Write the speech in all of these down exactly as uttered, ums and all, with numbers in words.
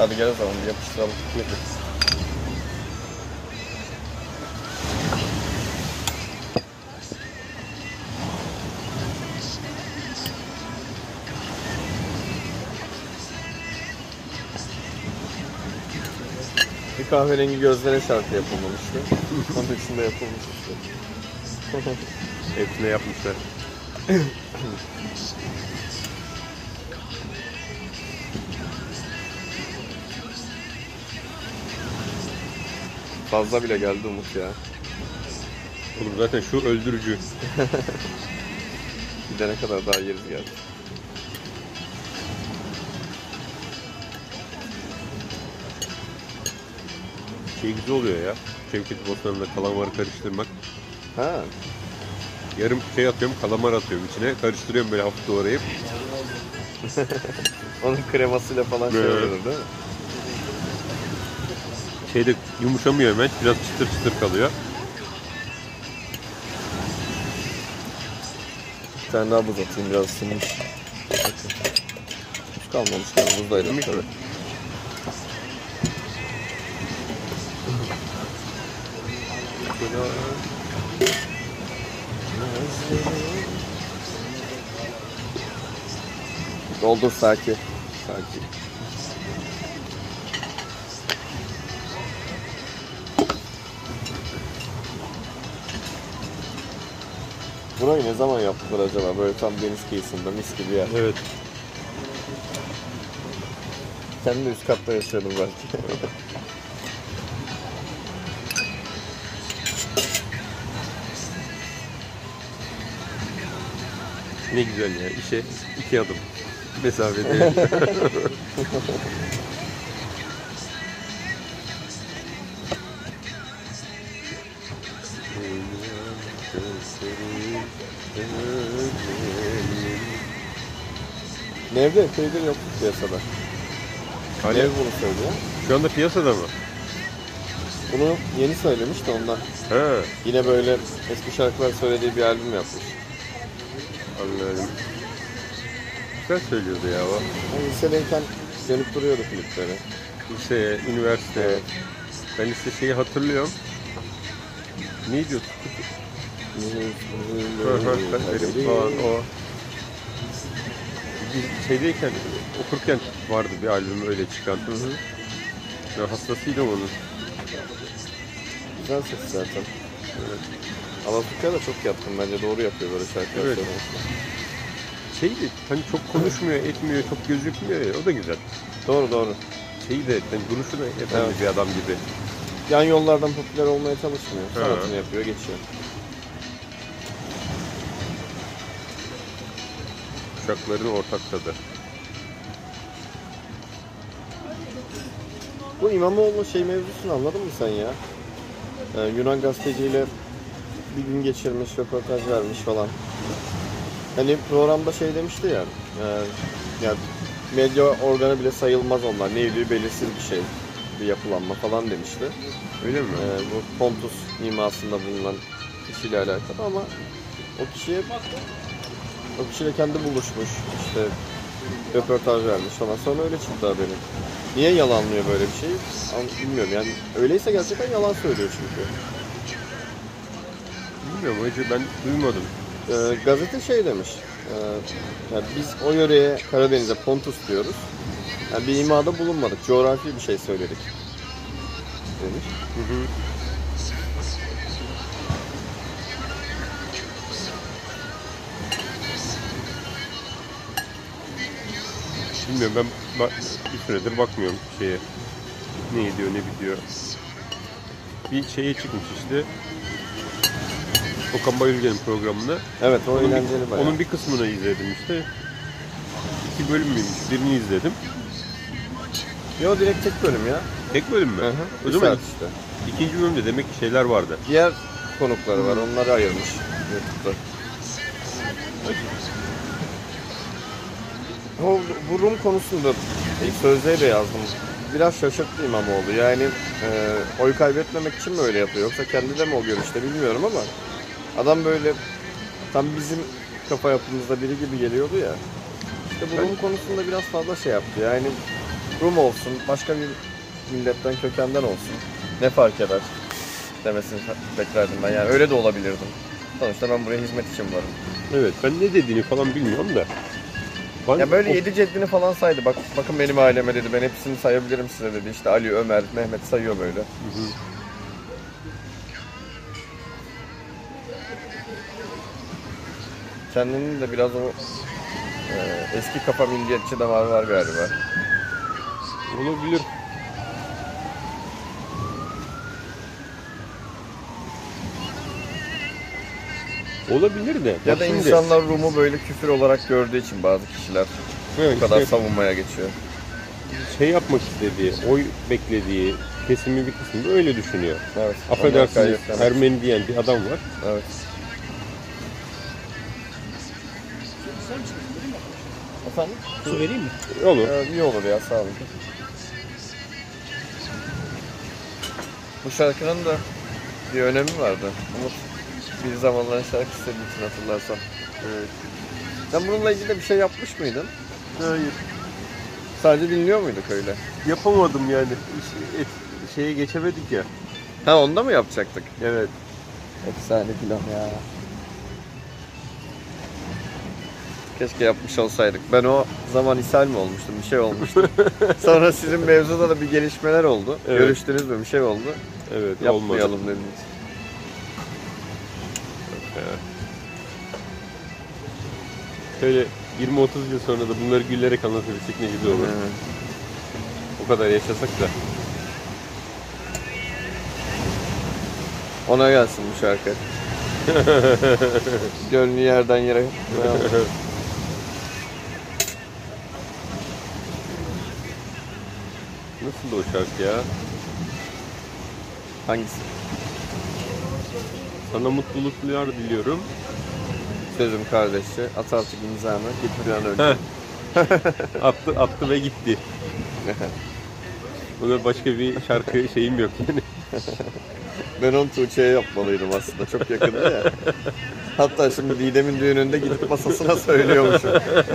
Hadi gel o zaman yapıştıralım. Yapıştıralım. Bir kahverengi gözlere şarkı yapılmamıştı. Onun için de yapılmış işte. Hepsine yapmışlar. Fazla bile geldi Umut ya. Oğlum zaten şu öldürücü. Gidene kadar daha yeriz geldi. Şey güzel oluyor ya. Şevket Bostan'la kalamarı karıştırmak. Ha. Yarım şey atıyorum, kalamar atıyorum içine. Karıştırıyorum böyle hafif doğrayıp. Onun kremasıyla falan şey Evet. olur değil mi? Şeyde yumuşamıyor hemen. Biraz çıtır çıtır kalıyor. Bir tane daha buz atayım, biraz ısınmış. Buz kalmamış yani, buzdaydı Yemiş mi? tabii. Doldur sakin. Sakin. Burayı ne zaman yaptılar acaba? Böyle tam deniz kıyısında mis gibi yer. Evet. Kendi üst katta yaşıyordum belki. Ne güzel ya. İşe iki adım mesafede. Nevde epeydir yok piyasada. Hani Nev bunu söylüyor. şu anda piyasada mı? Bunu yeni söylemiş de ondan. He. Yine böyle eski şarkılar söylediği bir albüm yapmış. Anladım. Güzel söylüyordu ya o. Yani lisedeyken dönüp duruyordu klipleri. Lise, üniversite. Evet. Ben lise şeyi hatırlıyorum. Ne diyordu? Hı hı, ben derim falan o. Biz şeydeyken, okurken vardı bir albüm öyle çıkan. Hı hı. Ben hastasıydım onun. Güzel ses zaten. Evet. Alaturka da çok yatkın bence, doğru yapıyor böyle şarkılar. Evet. Şeydi, hani çok konuşmuyor, etmiyor, çok gözükmüyor ya, o da güzel. Doğru doğru. Şeyi de, yani duruşu da efendi Evet. bir adam gibi. Yan yollardan popüler olmaya çalışmıyor. Ha. Sanatını yapıyor, geçiyor. Kuşakların ortak tadı. Bu İmamoğlu şey mevzusunu anladın mı sen ya? Ee, Yunan gazeteciyle bir gün geçirmiş, röportaj vermiş falan. Hani programda şey demişti ya, e, ya medya organı bile sayılmaz onlar, neydi belirsiz bir şey, bir yapılanma falan demişti. Öyle mi? Ee, bu Pontus imasında bulunan kişiyle alakalı ama o kişiye o kişiyle kendi buluşmuş, işte röportaj vermiş falan, sonra öyle çıktı haberi. Niye yalanlıyor böyle bir şeyi? Bilmiyorum yani, öyleyse gerçekten yalan söylüyor çünkü. Bilmiyorum hacı, ben duymadım. Ee, gazete şey demiş, e, yani biz o yöreye, Karadeniz'e Pontus diyoruz. Yani bir imada bulunmadık, coğrafi bir şey söyledik demiş. Hı hı. Bilmiyorum, ben bak, bir süredir bakmıyorum şeye. Ne ediyor, ne bitiyor. Bir şeye çıkmış işte. Okan Bayülgen'in programında. Evet, o Onun eğlenceli bir, bayağı. onun bir kısmını izledim işte. İki bölüm müymüş? Birini izledim. Yo, direkt tek bölüm ya. Tek bölüm mü? Hı hı, O bir zaman saat işte. ikinci bölümde demek ki şeyler vardı. Diğer konukları var, onları ayırmış YouTube'da. O, bu Rum konusunda ilk sözleri de yazdım. Biraz şaşırttı İmamoğlu. Yani e, oy kaybetmemek için mi öyle yapıyor? Yoksa kendi de mi o görüşte bilmiyorum ama adam böyle tam bizim kafa yapımızda biri gibi geliyordu ya. İşte bu Rum konusunda biraz fazla şey yaptı. Yani Rum olsun, başka bir milletten, kökenden olsun. Ne fark eder demesini beklerdim ben. Yani öyle de olabilirdim. Sonuçta ben buraya hizmet için varım. Evet, ben ne dediğini falan bilmiyorum da. Ben Ya böyle o- yedi ceddini falan saydı. Bak bakın benim aileme dedi. Ben hepsini sayabilirim size dedi. İşte Ali, Ömer, Mehmet sayıyor böyle. Hı hı. Kendinin de biraz o e, eski kafa milliyetçi damar var galiba. Olabilir. Olabilir de. Ya bak da şimdi- insanlar Rum'u böyle küfür olarak gördüğü için bazı kişiler Evet, bu kadar işte savunmaya geçiyor. şey yapmak istediği, oy beklediği kesimi bir kısmı da öyle düşünüyor. Evet. onları Affedersiniz, kaybetmemek için. Ermeni diyen bir adam var. Evet. Efendim? Su vereyim mi? Olur. Ee, iyi olur ya, sağ olun. Bu şarkının da bir önemi vardı. Umut bir zamanların şarkı istediği için hatırlarsan. Evet. Sen bununla ilgili de bir şey yapmış mıydın? Hayır. Sadece dinliyor muyduk öyle? Yapamadım yani. İş- et- şeye geçemedik ya. Ha, onda mı yapacaktık? Evet. Efsane plan ya. Keşke yapmış olsaydık. Ben o zaman ishal mi olmuştum? Bir şey olmuştu. Sonra sizin mevzuda da bir gelişmeler oldu. Evet. Görüştünüz mü? Bir şey oldu. Evet, olmadı. Yapmayalım dediniz. Evet. Şöyle yirmi otuz yıl sonra da bunları gülerek anlatabilsek ne güzel olur. Evet. O kadar yaşasak da. Ona gelsin bu şarkı. Gönlü yerden yere. Nasıl o şarkı ya? Hangisi? Sana mutluluklar diliyorum. Sözüm kardeşi. At artık imzanı. Git bir an önce. Heh. attı, attı ve gitti. Buna başka bir şarkı şeyim yok yani. Ben onu Tuğçe'ye yapmalıydım aslında. Çok yakındı ya. Hatta şimdi Didem'in düğününde gidip masasına söylüyormuşum.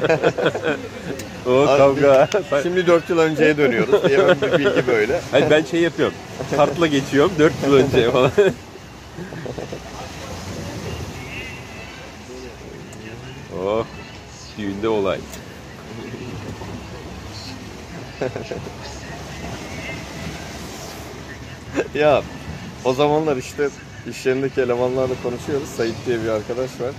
O Abi, kavga. Şimdi dört yıl önceye dönüyoruz diye ben bir bilgi böyle. Hayır, ben şey yapıyorum. Kartla geçiyorum dört yıl önce falan. Oh. Düğünde olay. Ya o zamanlar işte iş yerindeki elemanlarla konuşuyoruz. Sait diye bir arkadaş var.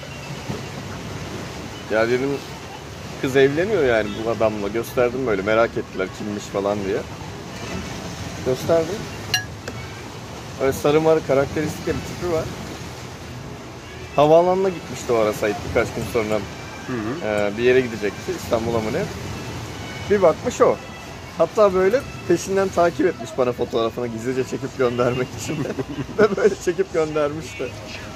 Ya dedim, kız evleniyor yani bu adamla. Gösterdim böyle, merak ettiler kimmiş falan diye. Gösterdim. Öyle sarı marı karakteristik bir tipi var. Havaalanına gitmişti o ara Sait birkaç gün sonra. Hı hı. Ee, bir yere gidecekti, İstanbul'a mı ne? Bir bakmış o. Hatta böyle peşinden takip etmiş bana fotoğrafını gizlice çekip göndermek için. Ve böyle çekip göndermişti.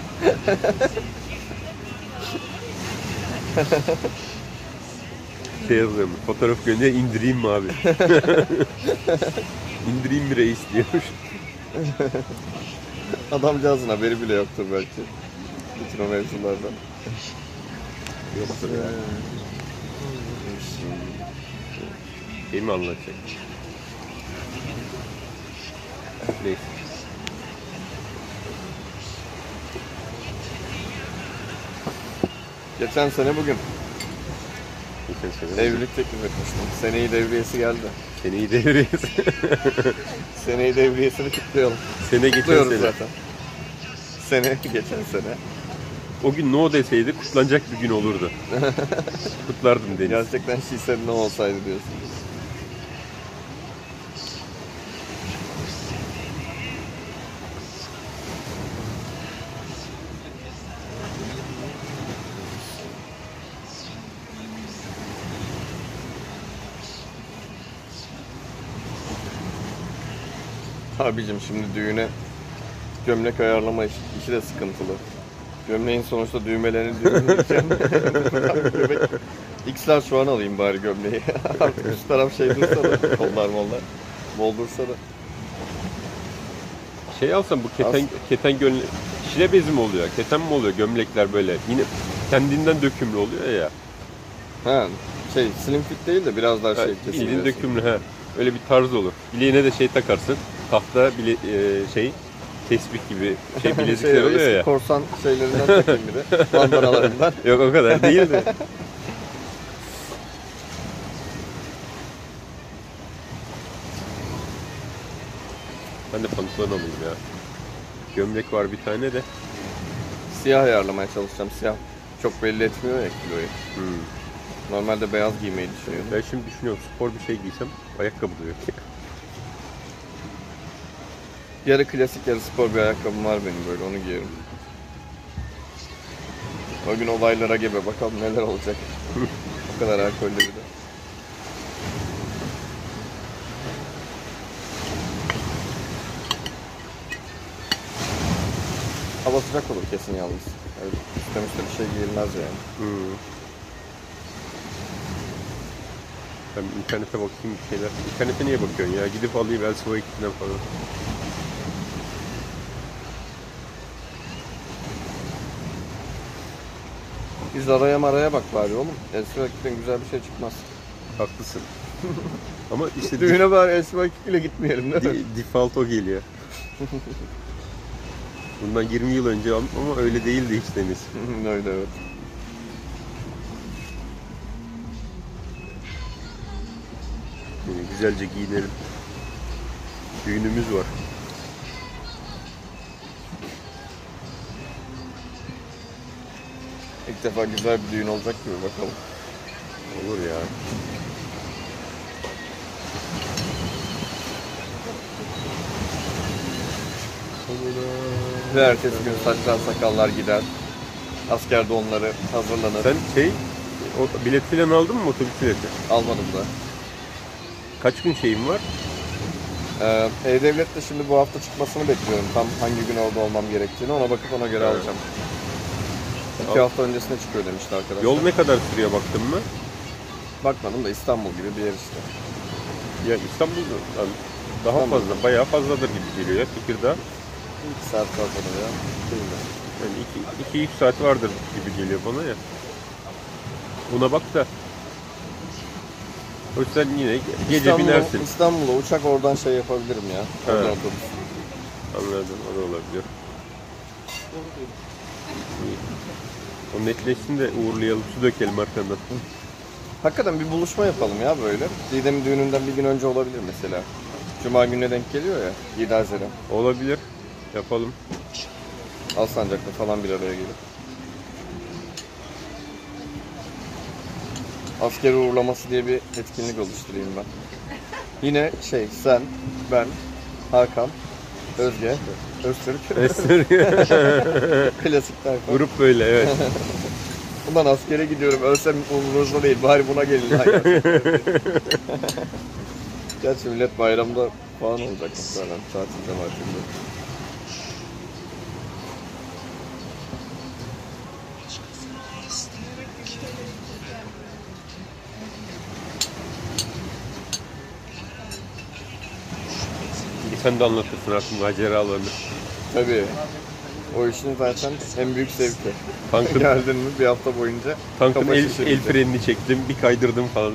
Şey yazıyorum. Fotoğraf gönder indireyim mi abi? İndireyim mi reis diyormuş. Adamcağızın haberi bile yoktur belki. Bütün o mevzulardan. Yoktur ya. Şey mi anlatacak? Neyse. Geçen sene bugün Geçen sene. evlilik teklif etmiştim. Seneyi devriyesi geldi. Seneyi devriyesi. Seneyi devriyesini kutlayalım. Sene geçen Kutluyoruz sene. zaten. Sene geçen sene. O gün no deseydi kutlanacak bir gün olurdu. Kutlardım Deniz. Gerçekten she said no olsaydı diyorsun. Abicim şimdi düğüne gömlek ayarlama işi, işi de sıkıntılı. Gömleğin sonuçta düğmelerini düğümleyeceğim. Göbek X'ler şu an alayım bari gömleği. Artık üst taraf şey dursa da, kollar mollar. Bol dursa da. Şey alsam bu keten, As- keten gömlek... Şile bezi mi oluyor? Keten mi oluyor gömlekler böyle? Yine kendinden dökümlü oluyor ya. Ha, şey slim fit değil de biraz daha şey Ha, kesin. bildiğin dökümlü ha. Öyle bir tarz olur. Bileğine de şey takarsın. Tahta bile, e, şey tesbih gibi şey bilezikler şey, oluyor eski ya. korsan şeylerinden takayım bir de. Bandanalarından. Yok o kadar değil de. Ben de pantolon alayım ya. Gömlek var bir tane de. Siyah ayarlamaya çalışacağım. Siyah çok belli etmiyor ya kiloyu. Hmm. Normalde beyaz giymeyi düşünüyorum. Ben şimdi düşünüyorum spor bir şey giysem ayakkabı da yok. Yarı klasik yarı spor bir ayakkabım var benim, böyle onu giyerim. O gün olaylara gebe, bakalım neler olacak. O kadar alkollü bir de. Hava sıcak olur kesin yalnız. Yani üstten üstte bir şey giyilmez yani. Hmm. Ben bir internete bakayım bir şeyler. İnternete niye bakıyorsun ya? Gidip alayım Elsevier ikisinden falan. Biz araya maraya bak bari oğlum. Elsivaki'den güzel bir şey çıkmaz. Haklısın. Ama işte Düğüne bari Elsivaki ile gitmeyelim değil mi? di- default o geliyor. Bundan yirmi yıl önce ama öyle değildi hiç Deniz. Öyle evet. Yani güzelce giyinelim. Düğünümüz var. İlk defa güzel bir düğün olacak gibi, bakalım. Olur ya. Ve ertesi gün saçlar sakallar gider. Asker donları hazırlanır. Sen şey, o bilet falan aldın mı, otobüs bileti? Almadım da. Kaç gün şeyin var? Ee, E-Devlet de şimdi bu hafta çıkmasını bekliyorum. Tam hangi gün orada olmam gerektiğini, ona bakıp ona göre Evet. alacağım. İki Al. hafta öncesine çıkıyor demişti arkadaşlar. Yol ne kadar sürüyor baktın mı? Bakmadım da İstanbul gibi bir yer işte. Ya İstanbul'dan daha Tamam. fazla, bayağı fazladır gibi geliyor ya Tekirdağ. İki saat fazladır ya. Bilmiyorum. Yani iki üç saat vardır gibi geliyor bana ya. Buna bak da. O yüzden yine gece İstanbul'a, binersin. İstanbul'a uçak, oradan şey yapabilirim ya. Oradan Evet. otobüs. Anladım, o da olabilir. İyi. O netleşsin de uğurlayalım, su dökelim arkandan. Hakikaten bir buluşma yapalım ya böyle. Didem'in düğününden bir gün önce olabilir mesela. Cuma gününe denk geliyor ya. yedi Haziran. Olabilir, yapalım. Alsancak'ta falan bir araya gelip. Asker uğurlaması diye bir etkinlik oluşturayım ben. Yine şey, sen, ben, Hakan, Özge, Öztürk. Klasikler falan. Grup böyle, evet. Ulan askere gidiyorum, ölsem umurunuzda değil, bari buna gelin. Gerçi millet bayramda falan olacak muhtemelen, tatilde matilde. Sen de anlatırsın artık maceralarını. Tabii. O işin zaten en büyük zevki. Tankın, Geldin mi bir hafta boyunca tankın kafa el, el şişirecek. frenini çektim, bir kaydırdım falan.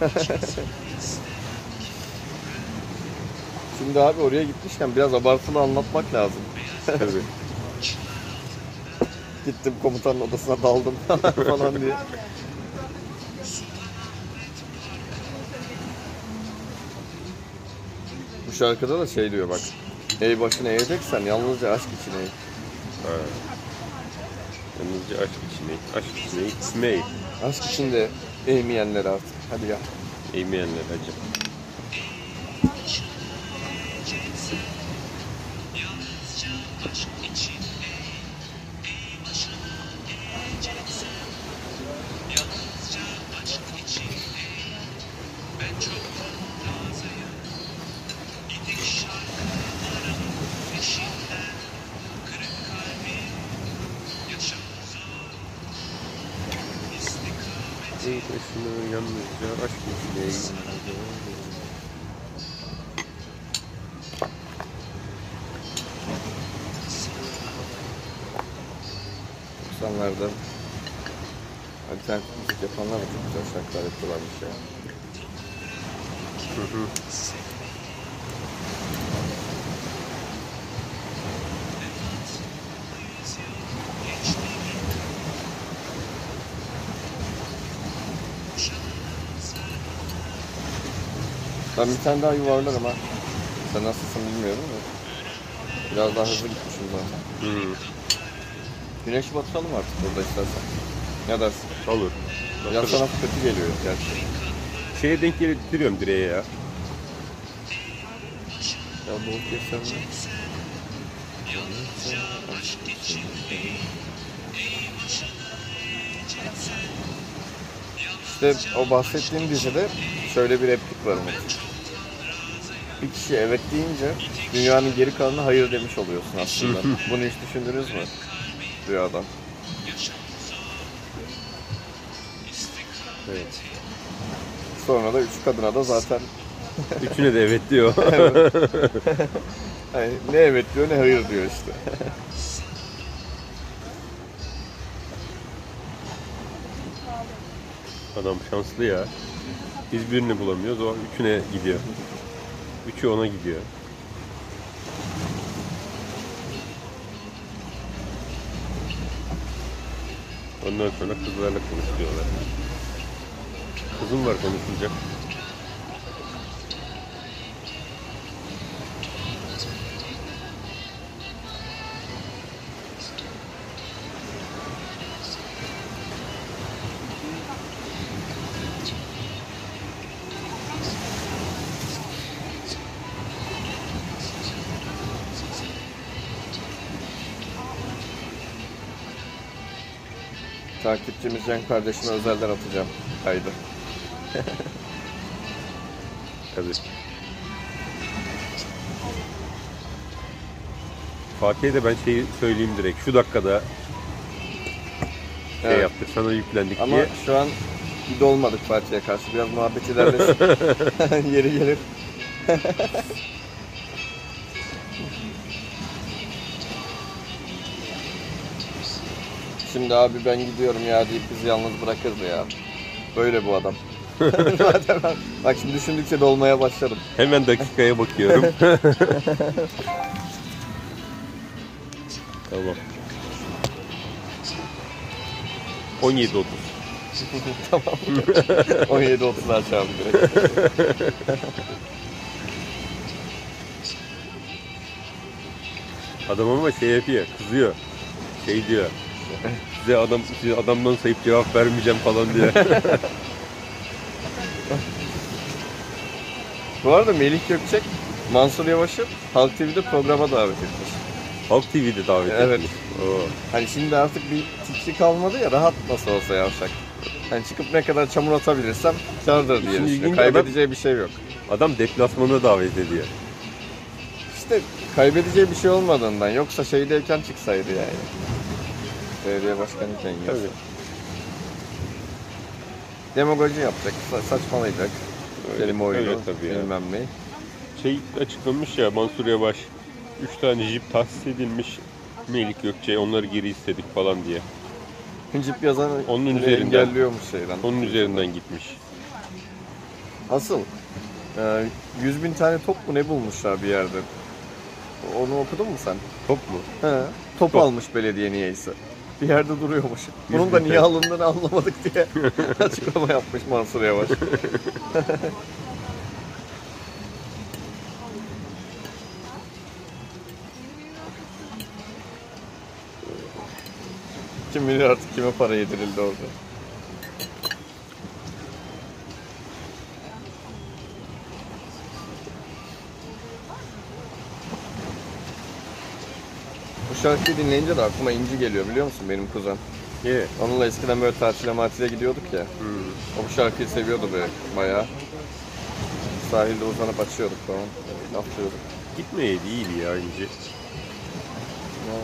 Şimdi abi oraya gitmişken biraz abartılı anlatmak lazım. Tabii. Gittim komutanın odasına daldım falan diye. Bu şarkıda da şey diyor bak. Ey başına eğeceksen yalnızca aşk için eğ. Ha. Yalnızca aşk içine, aşk içine gitmeyi. Aşk için de eğmeyenler artık. Hadi ya. Eğmeyenler acı. Ey başına yalnızca aşk içine. doksanlarda alternatif müzik yapanlar da çok güzel şarkılar yapıyorlarmış ya. Hı hı. Ben bir tane daha yuvarlarım ha. Sen nasılsın bilmiyorum da. Biraz daha hızlı gitmişim zaten. Hı. Güneşi batıralım artık burada istersen. Ne dersin? Olur. Ya Bakalım. sana kötü geliyor gerçi. Şeye denk getiriyorum direğe ya. Ya doğru geçsem mi? İşte o bahsettiğim dizide şöyle bir replik var Umut. Bir kişi evet deyince dünyanın geri kalanına hayır demiş oluyorsun aslında. Bunu hiç düşündünüz mü? Rüyadan. Evet. Sonra da üç kadına da zaten Üçüne de evet diyor. hani ne evet diyor ne hayır diyor işte. Adam şanslı ya. Biz birini bulamıyoruz, o üçüne gidiyor. Üçü ona gidiyor. Ondan sonra kızlarla konuşuyorlar. Kızım var konuşulacak. Takipçimiz Can kardeşime özelden atacağım kaydı. Tabii. Fatih'e de ben şeyi söyleyeyim direkt. Şu dakikada şey Evet. yaptık, sana yüklendik Ama diye. şu an iyi de olmadık Fatih'e karşı. Biraz muhabbet ilerlesin. Yeri gelir. Şimdi abi ben gidiyorum ya deyip bizi yalnız bırakırdı ya. Böyle bu adam. Zaten ben- bak şimdi düşündükçe dolmaya başladım. Hemen dakikaya bakıyorum. Tamam. on yedi otuz. Tamam. on yedi otuz açalım direkt. Adam ama şey yapıyor, kızıyor. Şey diyor. Size adam size adamdan sayıp cevap vermeyeceğim falan diye. Bu arada Melih Gökçek, Mansur Yavaş'ı Halk T V'de programa davet etmiş. Halk T V'de davet Evet. etmiş. Oo. Hani şimdi artık bir tikli kalmadı ya, rahat nasıl olsa yavşak. Hani çıkıp ne kadar çamur atabilirsem kârdır diye Şimdi düşünüyor. ilginç Kaybedeceği bir şey yok. Adam deplasmana davet ediyor. İşte kaybedeceği bir şey olmadığından, yoksa şeydeyken çıksaydı yani. Belediye başkanıyken yiyorsa. Tabii. Demagoji yapacak, sa- saçmalayacak. Öyle- Kelime oyunu, öyle tabii ya. bilmem ne. Şey açıklamış ya, Mansur Yavaş üç tane jip tahsis edilmiş, Melik Gökçe onları geri istedik falan diye. Cip yazan Onun bile üzerinden- engelliyormuş şeyden. Onun üzerinden gitmiş. Asıl e, yüz bin tane top mu ne bulmuşlar bir yerde. Onu okudun mu sen? Top mu? He, top, Top. almış belediye niyeyse. Bir yerde duruyormuş. Yüz Bunun da bin niye tane. alındığını anlamadık diye açıklama yapmış Mansur Yavaş. Kim bilir artık kime para yedirildi orada. Bu şarkıyı dinleyince de aklıma İnci geliyor, biliyor musun, benim kuzen. Ye. Onunla eskiden böyle tatile matile gidiyorduk ya. Hmm. O bu şarkıyı seviyordu böyle bayağı. Sahilde uzanıp açıyorduk falan. Atlıyorduk. Gitmeyeydi, iyiydi ya ince. Ya.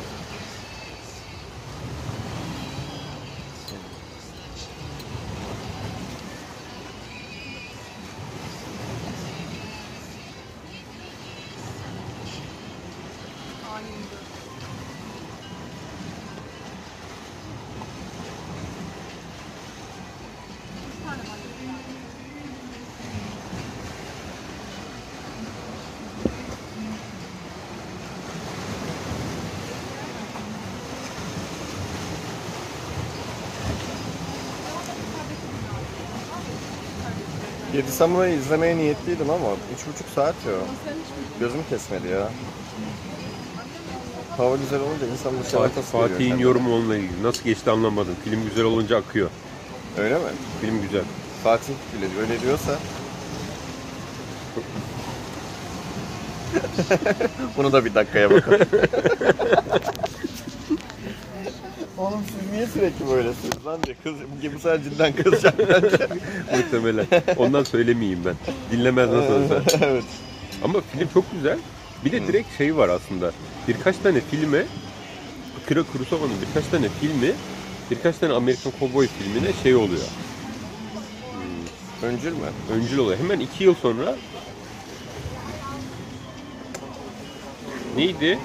Yedi Samuray'ı izlemeye niyetliydim ama üç buçuk saat ya. Gözüm kesmedi ya. Hava güzel olunca insan dışarı Fatih, atası geliyor. Fatih'in yorumu onunla ilgili. Nasıl geçti anlamadım. Film güzel olunca akıyor. Öyle mi? Film güzel. Fatih bile öyle diyorsa. Bunu da bir dakikaya bakalım. Oğlum siz niye sürekli böylesiniz lan diye kız, bu sefer cidden kızacak bence. Muhtemelen. Ondan söylemeyeyim ben. Dinlemez nasıl olsa. Evet. Ama film çok güzel. Bir de direkt şey var aslında. Birkaç tane filme, Akira Kurosawa'nın birkaç tane filmi, birkaç tane Amerikan Cowboy filmine şey oluyor. Hmm. Öncül mü? Öncül oluyor. Hemen iki yıl sonra neydi?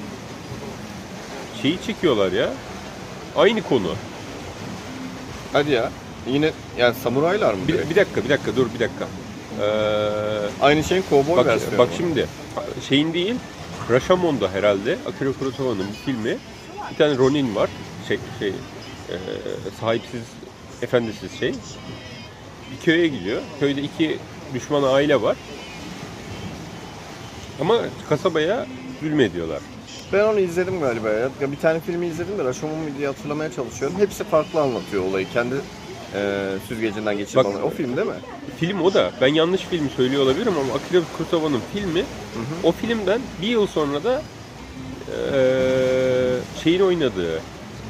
Şeyi çekiyorlar ya. Aynı konu. Hadi ya. Yine yani samuraylar mı? Bir, bir dakika, bir dakika, dur bir dakika. Ee, Aynı şeyin kovboy bak, versiyonu. bak şimdi, şeyin değil, Rashomon'da herhalde Akira Kurosawa'nın bir filmi. Bir tane Ronin var, şey, şey e, sahipsiz, efendisiz şey. Bir köye gidiyor. Köyde iki düşman aile var. Ama kasabaya zulmediyorlar. Ben onu izledim galiba ya. Ya bir tane filmi izledim de Rashomon mu diye hatırlamaya çalışıyorum. Hepsi farklı anlatıyor olayı. Kendi e, süzgecinden geçirip Bak- alıyor. O film değil mi? Film o da. Ben yanlış filmi söylüyor olabilirim ama Akira Kurosawa'nın filmi, Hı hı. o filmden bir yıl sonra da eee şeyin oynadığı,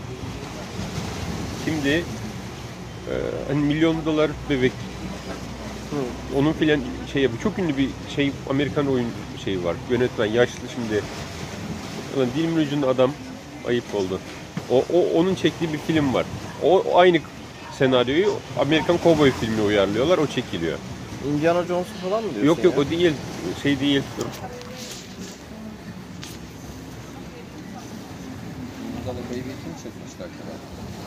şimdi eee, hani milyon dolar bebek, Hı. onun filan şey yapıyor. Çok ünlü bir şey, Amerikan oyun şeyi var. Yönetmen yaşlı şimdi. Ulan dilimin ucunda adam, ayıp oldu. O, o onun çektiği bir film var. O, o aynı senaryoyu Amerikan Cowboy filmine uyarlıyorlar. O çekiliyor. Indiana Jones'u falan mı diyorsun Yok yok ya? o değil. Şey değil. Burada da Baby kim çekmişler kadar?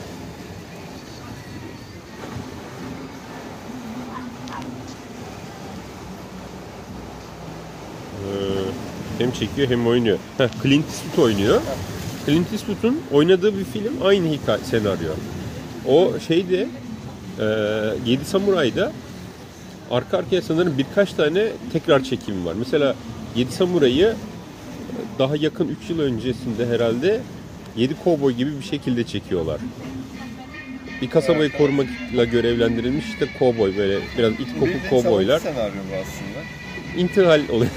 Ee, hem çekiyor hem oynuyor. Heh, Clint Eastwood oynuyor. Clint Eastwood'un oynadığı bir film aynı hikaye senaryo. O şeyde e, Yedi Samuray'da arka arkaya sanırım birkaç tane tekrar çekimi var. Mesela Yedi Samuray'ı daha yakın üç yıl öncesinde herhalde Yedi Kovboy gibi bir şekilde çekiyorlar. Bir kasabayı korumakla görevlendirilmiş işte kovboy, böyle biraz it kopuk kovboylar. senaryo bu aslında. İntihal oluyor.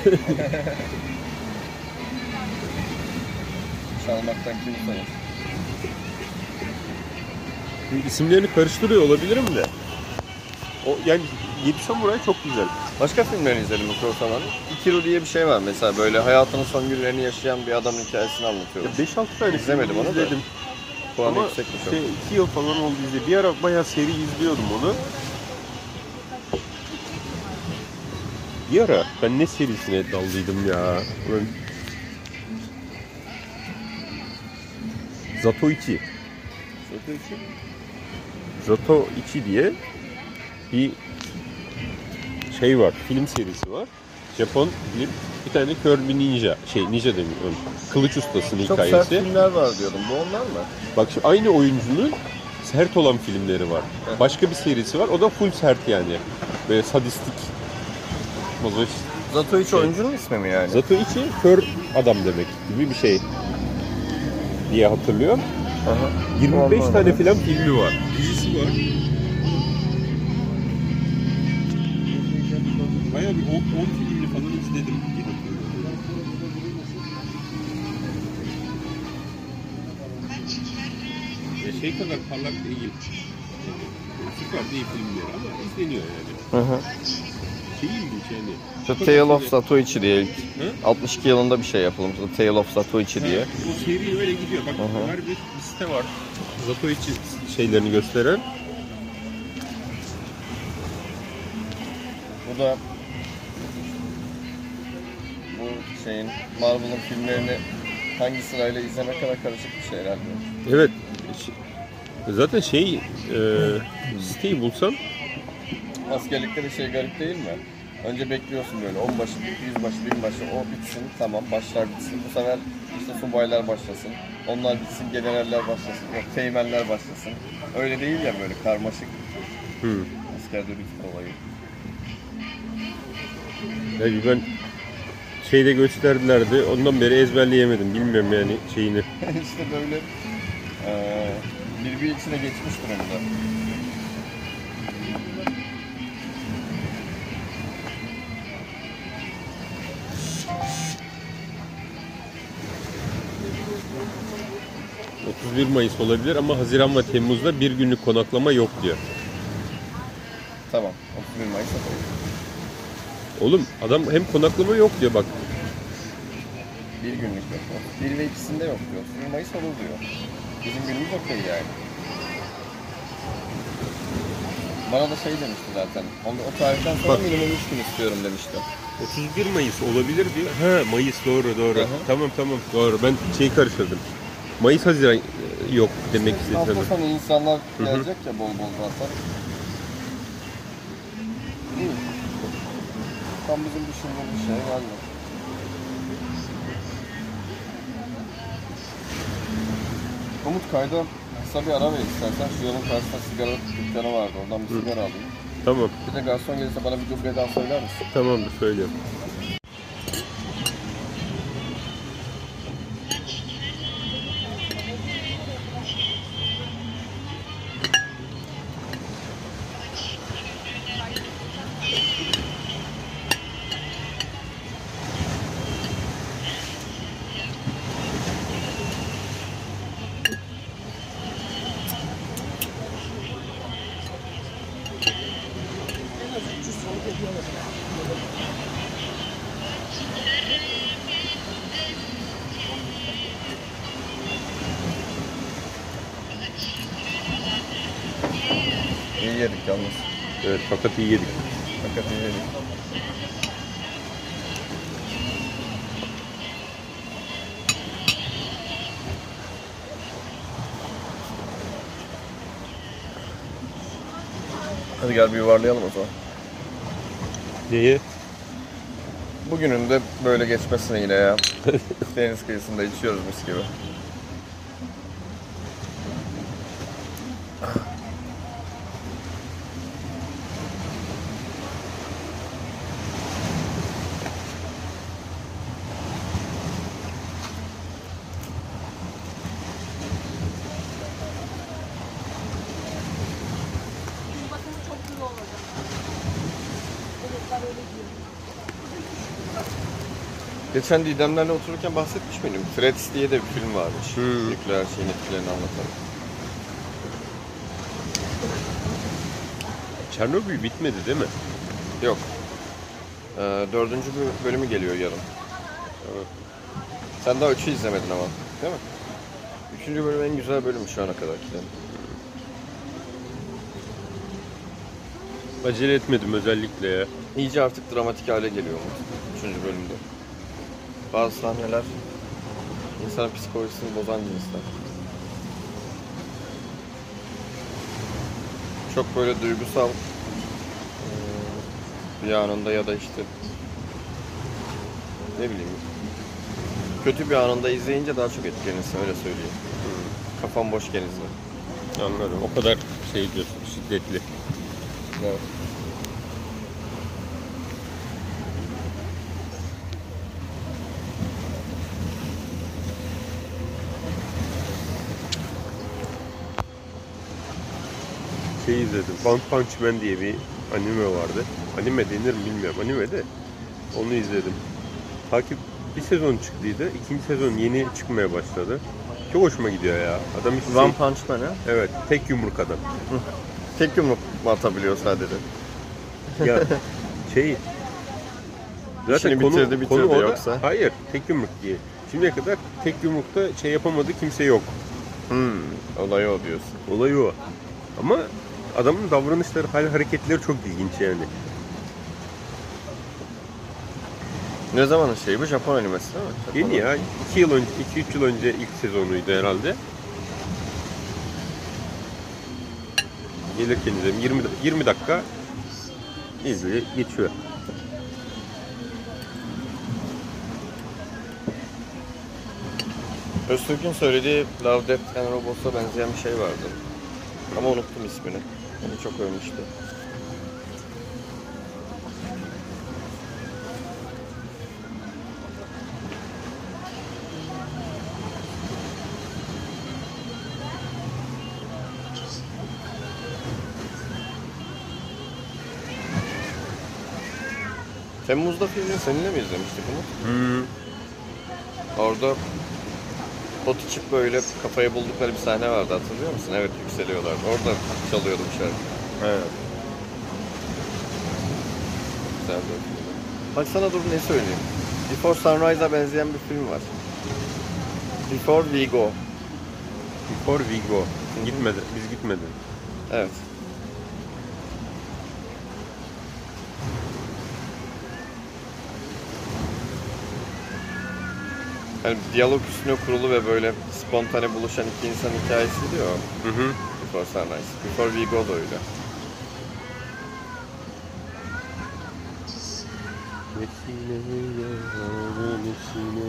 Çalmaktan kim utanır? İsimlerini karıştırıyor olabilirim de. O yani Yedi Samuray çok güzel. Başka filmlerini izledim mi Kurosawa'nın? Ikiru diye bir şey var mesela, böyle hayatının son günlerini yaşayan bir adamın hikayesini anlatıyor. beş altı tane İzlemedim film onu da. izledim. Puanı Ama yüksekmiş o. şey, iki yıl falan oldu izledim. Bir ara bayağı seri izliyordum onu. Bir ara ben ne serisine daldıydım ya. Ulan... Zatoichi. Zatoichi? Zatoichi diye bir şey var, film serisi var. Japon film. Bir tane kör bir ninja, şey ninja demiyorum, kılıç ustasının Çok hikayesi. sert filmler var diyordum. Bu onlar mı? Bak şu aynı oyuncunun sert olan filmleri var. Başka bir serisi var. O da full sert yani. Böyle sadistik. Mazoşist. Zatoichi Şey. oyuncunun ismi mi yani? Zatoichi kör adam demek gibi bir şey diye hatırlıyorum. Aha. yirmi beş Vallahi tane öyle. filan filmi var. Dizisi var. Bayağı bir on filmini falan izledim diye hatırlıyorum. Ya şey kadar parlak değil. Süper değil filmleri ama izleniyor yani. Hı hı. Şey ilginç yani. The Tale of Zatoichi diye ilk Hı? altmış iki yılında bir şey yapılmış. The Tale of Zatoichi diye. Ha, o seri öyle gidiyor. Bak Hı hı. var bir, bir site var. Zatoichi şeylerini gösteren. Bu da bu şeyin, Marvel'ın filmlerini hangi sırayla izlemek kadar karışık bir şey herhalde. Evet. Zaten şey e, siteyi bulsam Askerlikte de şey garip değil mi? Önce bekliyorsun böyle onbaşı, yüzbaşı, binbaşı, o bitsin, tamam başlar bitsin. Bu sefer işte subaylar başlasın, onlar bitsin, generaller başlasın, yok teğmenler başlasın. Öyle değil ya, böyle karmaşık hı. askerde bir olayı. Yani ben şeyde gösterdilerdi. Ondan beri ezberleyemedim. Bilmiyorum yani şeyini. işte böyle eee birbiri içine geçmiş durumda. otuz bir Mayıs olabilir ama Haziran ve Temmuz'da bir günlük konaklama yok diyor. Tamam. otuz bir Mayıs atalım. Oğlum adam hem konaklama yok diyor bak. Bir günlük yok. Bir ve ikisinde yok diyor. otuz bir Mayıs olur diyor. Bizim günümüz okey yani. Bana da şey demişti zaten. O, o tarihten sonra Bak. minimum üç gün istiyorum demişti. otuz bir Mayıs olabilir diyor. Ha Mayıs doğru doğru. Hı hı. Tamam tamam doğru. Ben şeyi karıştırdım. Mayıs Haziran yok demek Hafta istedim. sonu insanlar hı. gelecek ya bol bol zaten. İyi. Tam bizim düşündüğümüz şey geldi. Umut kayda kısa bir ara ver istersen. Şu yolun karşısında sigara dükkanı vardı. Oradan bir sigara alayım. Tamam. Bir de garson gelirse bana bir duble daha söyler misin? Tamamdır söylüyorum. İyi yedik yalnız. Evet fakat iyi yedik. Fakat iyi yedik. Hadi gel bir yuvarlayalım o zaman. Neyi? Bugünün de böyle geçmesine yine ya. Deniz kıyısında içiyoruz mis gibi. Bakın çok güzel olacak. Çocuklar öyle diyor. Geçen Didemlerle otururken bahsetmiş miydim? Threads diye de bir film varmış. Hmm. Nükleer şeyin etkilerini anlatan. Çernobil bitmedi değil mi? Yok. Ee, dördüncü bö- bölümü geliyor yarın. Evet. Sen daha üçü izlemedin ama. Değil mi? Üçüncü bölüm en güzel bölüm şu ana kadarkilerin. Acele etmedim özellikle ya. İyice artık dramatik hale geliyor Umut. Üçüncü bölümde. Bazı sahneler insanın psikolojisini bozan cinsler. Çok böyle duygusal eee, bir anında ya da işte ne bileyim kötü bir anında izleyince daha çok etkilenirsin öyle söyleyeyim. Kafam boşken izle. Anladım. O kadar şey diyorsun şiddetli. Evet. Şey izledim. One Punch Man diye bir anime vardı. Anime denir mi bilmiyorum. Anime de. Onu izledim. Takip bir sezon çıktıydı. İkinci sezon yeni çıkmaya başladı. Çok hoşuma gidiyor ya. Adam hiç One şey- Punch Man ha? Evet, tek yumruk adam. Tek yumruk mu atabiliyor sadece? Ya şey zaten İşini konu, bitirdi, bitirdi konu o da- yoksa? Hayır, tek yumruk diye. Şimdiye kadar tek yumrukta şey yapamadı kimse yok. Hmm, olay o diyorsun. Olay o. Ama adamın davranışları, hal hareketleri çok ilginç yani. Ne zamanın şeyi bu? Japon animesi değil mi? Japon Yeni ya. iki yıl önce, iki üç yıl önce ilk sezonuydu herhalde. Gelirken izledim. yirmi, yirmi dakika izle geçiyor. Öztürk'ün söylediği Love, Death and Robots'a benzeyen bir şey vardı. Ama unuttum ismini. Onu çok övmüştü. Temmuz'da filmi seninle mi izlemiştik bunu? Hmm. Orada bot içip böyle kafaya buldukları bir sahne vardı, hatırlıyor musun? Evet, yükseliyorlar. Orada çalıyordu bu şarkı. Evet. Güzel bir film. Bak sana dur ne söyleyeyim. Before Sunrise'a benzeyen bir film var. Before We Go. Before We Go. Gitmedi. Biz gitmedi. Evet. Yani diyalog üstüne kurulu ve böyle spontane buluşan iki insan hikayesi diyor. Hı hı. Before Sunrise. Before We Go da öyle. Nesine yar, nesine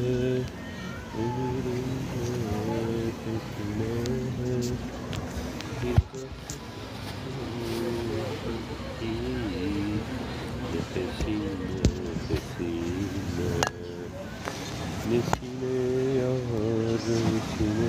ölürüm nefesine. Nefesine, nefesine. Nesine yar, nesine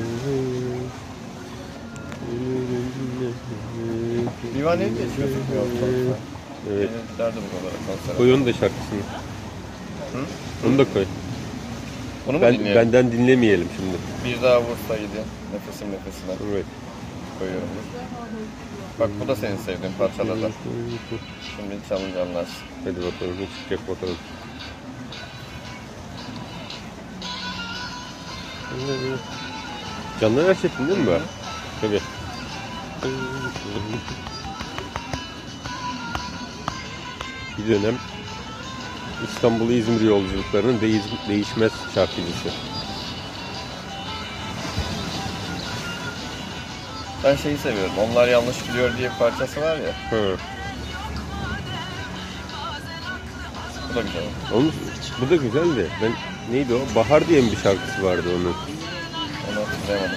ölürüm nefesine. Divaneye mi geçiyorsun? Yok. Evet. Yine giderdim buralara konsere. Koy onu da şarkısını. Hı? Onu da koy. Onu mu Ben, dinleyelim? benden dinlemeyelim şimdi. Bir daha vursaydı nefesim nefesine Evet. koyuyorum. Bak bu da senin sevdiğin parçalardan. Şimdi çalınca anlarsın. Hadi bakalım ne çıkacak bakalım. Canlı gerçekten değil mi bu? Tabii. Bir dönem İstanbul İzmir yolculuklarının değiş, değişmez şarkıcısı. Ben şeyi seviyorum. Onlar yanlış biliyor diye bir parçası var ya. Hı. Bu da güzel. Onun, bu da güzeldi. Ben neydi o? Bahar diye mi bir şarkısı vardı onun? Onu hatırlayamadım.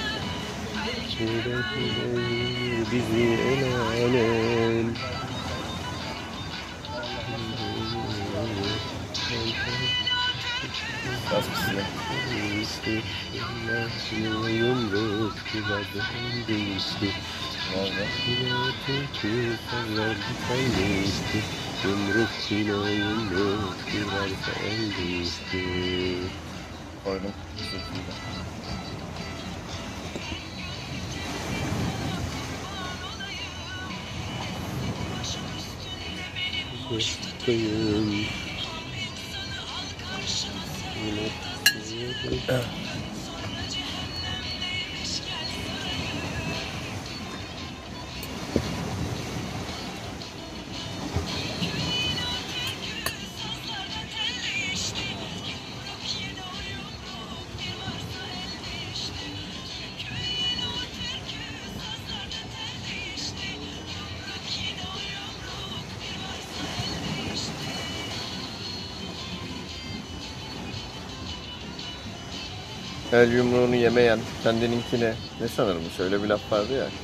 Bizi el alem. Biraz pisiyor. Ne oldu? Koydum. Sürtüldü. Kıyım. El yumruğunu yemeyen kendininkine ne sanırmış? Öyle bir laf vardı ya.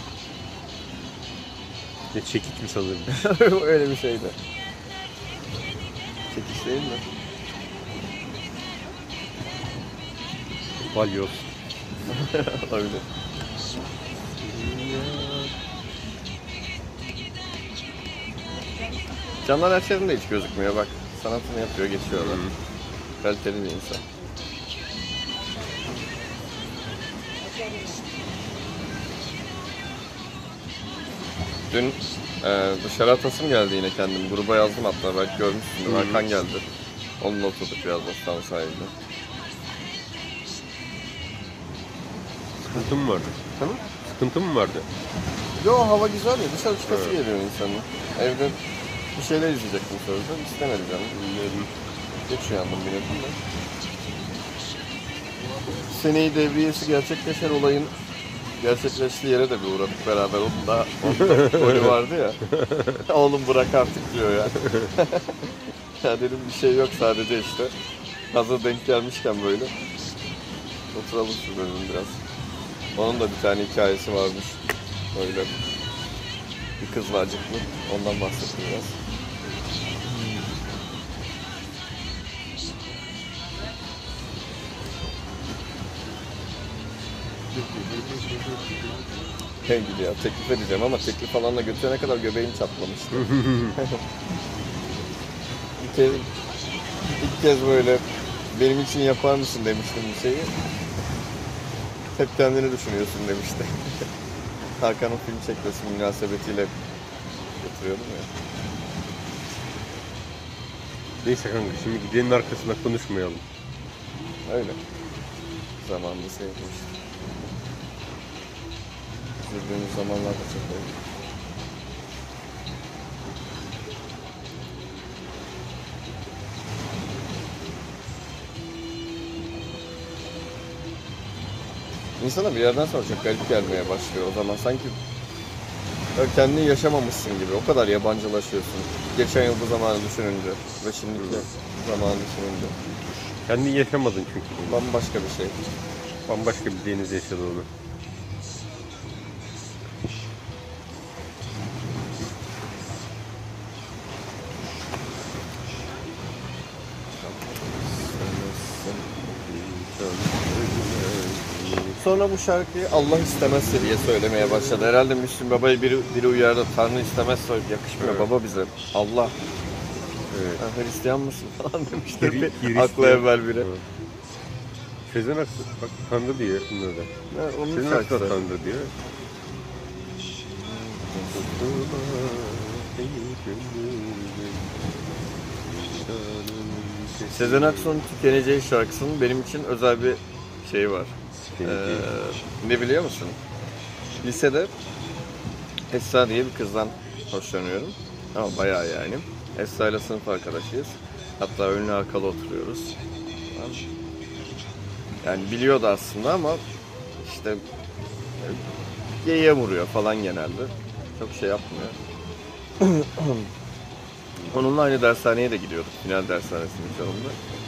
Ne çekik mi sanırım? Öyle bir şeydi. Çekiş değil mi? Balyoz. Olabilir. Canlar Erçel'in de hiç gözükmüyor bak. Sanatını yapıyor, geçiyorlar. Hmm. Kaliteli bir insan. Dün e, dışarı atasım geldi yine kendim. Gruba yazdım hatta, belki görmüşsündür. Hı hı. Hakan geldi. Onunla oturduk biraz Bostan sahilde. Sıkıntı mı vardı? Tamam. Sıkıntı mı vardı? Yo, hava güzel ya, dışarı çıkası Evet. geliyor insanın. Evde bir şeyler izleyecektim sözde. İstemedim canım. Bilmiyorum. Geç uyandım biletim de. Seneyi devriyesi gerçekleşen olayın gerçekleştiği yere de bir uğradık beraber. Onun da onun golü vardı ya. Oğlum bırak artık diyor ya. Ya dedim bir şey yok sadece işte. Hazır denk gelmişken böyle. Oturalım şurada dedim biraz. Onun da bir tane hikayesi varmış. Öyle. Bir kız var acıklı. Ondan bahsettim biraz. Hey gidiyor ya, teklif edeceğim ama teklif falanla götürene kadar göbeğim çatlamıştı. ilk kez, ilk kez böyle benim için yapar mısın demiştim bir şeyi. Hep kendini düşünüyorsun demişti. Hakan'ın film çekmesi münasebetiyle götürüyordum ya. Neyse kanka şimdi gidenin arkasında konuşmayalım. Öyle. Zamanında sevmiştim. Üzüldüğümüz zamanlar da çok oldu. İnsana bir yerden sonra çok garip gelmeye başlıyor o zaman. Sanki böyle kendini yaşamamışsın gibi. O kadar yabancılaşıyorsun. Geçen yıl bu zamanı düşününce ve şimdiki zamanı düşününce. Kendini yaşamadın çünkü. Bambaşka bir şey. Bambaşka bir deniz yaşadı onu. Sonra bu şarkıyı Allah istemezse diye söylemeye başladı. Herhalde Müslüm Baba'yı biri, biri uyardı. Tanrı istemezse yakışmıyor Evet. baba bize. Allah. Evet. Ha, Hristiyan mısın falan demiştir. Hri- bir Hristiyan. akla evvel biri. Evet. Sezen Aksu bak Tanrı diyor bunda da. Ha, onun Sezen Aksu da şarkısı. Tanrı diyor. Sezen Aksu'nun Tükeneceği şarkısının benim için özel bir şeyi var. Ee, ne biliyor musun? Lisede Esra diye bir kızdan hoşlanıyorum. Ama bayağı yani. Esra ile sınıf arkadaşıyız. Hatta önlü arkalı oturuyoruz. Yani biliyordu aslında ama işte geyiğe vuruyor falan genelde. Çok şey yapmıyor. Onunla aynı dershaneye de gidiyorduk. Final dershanesinin sonunda.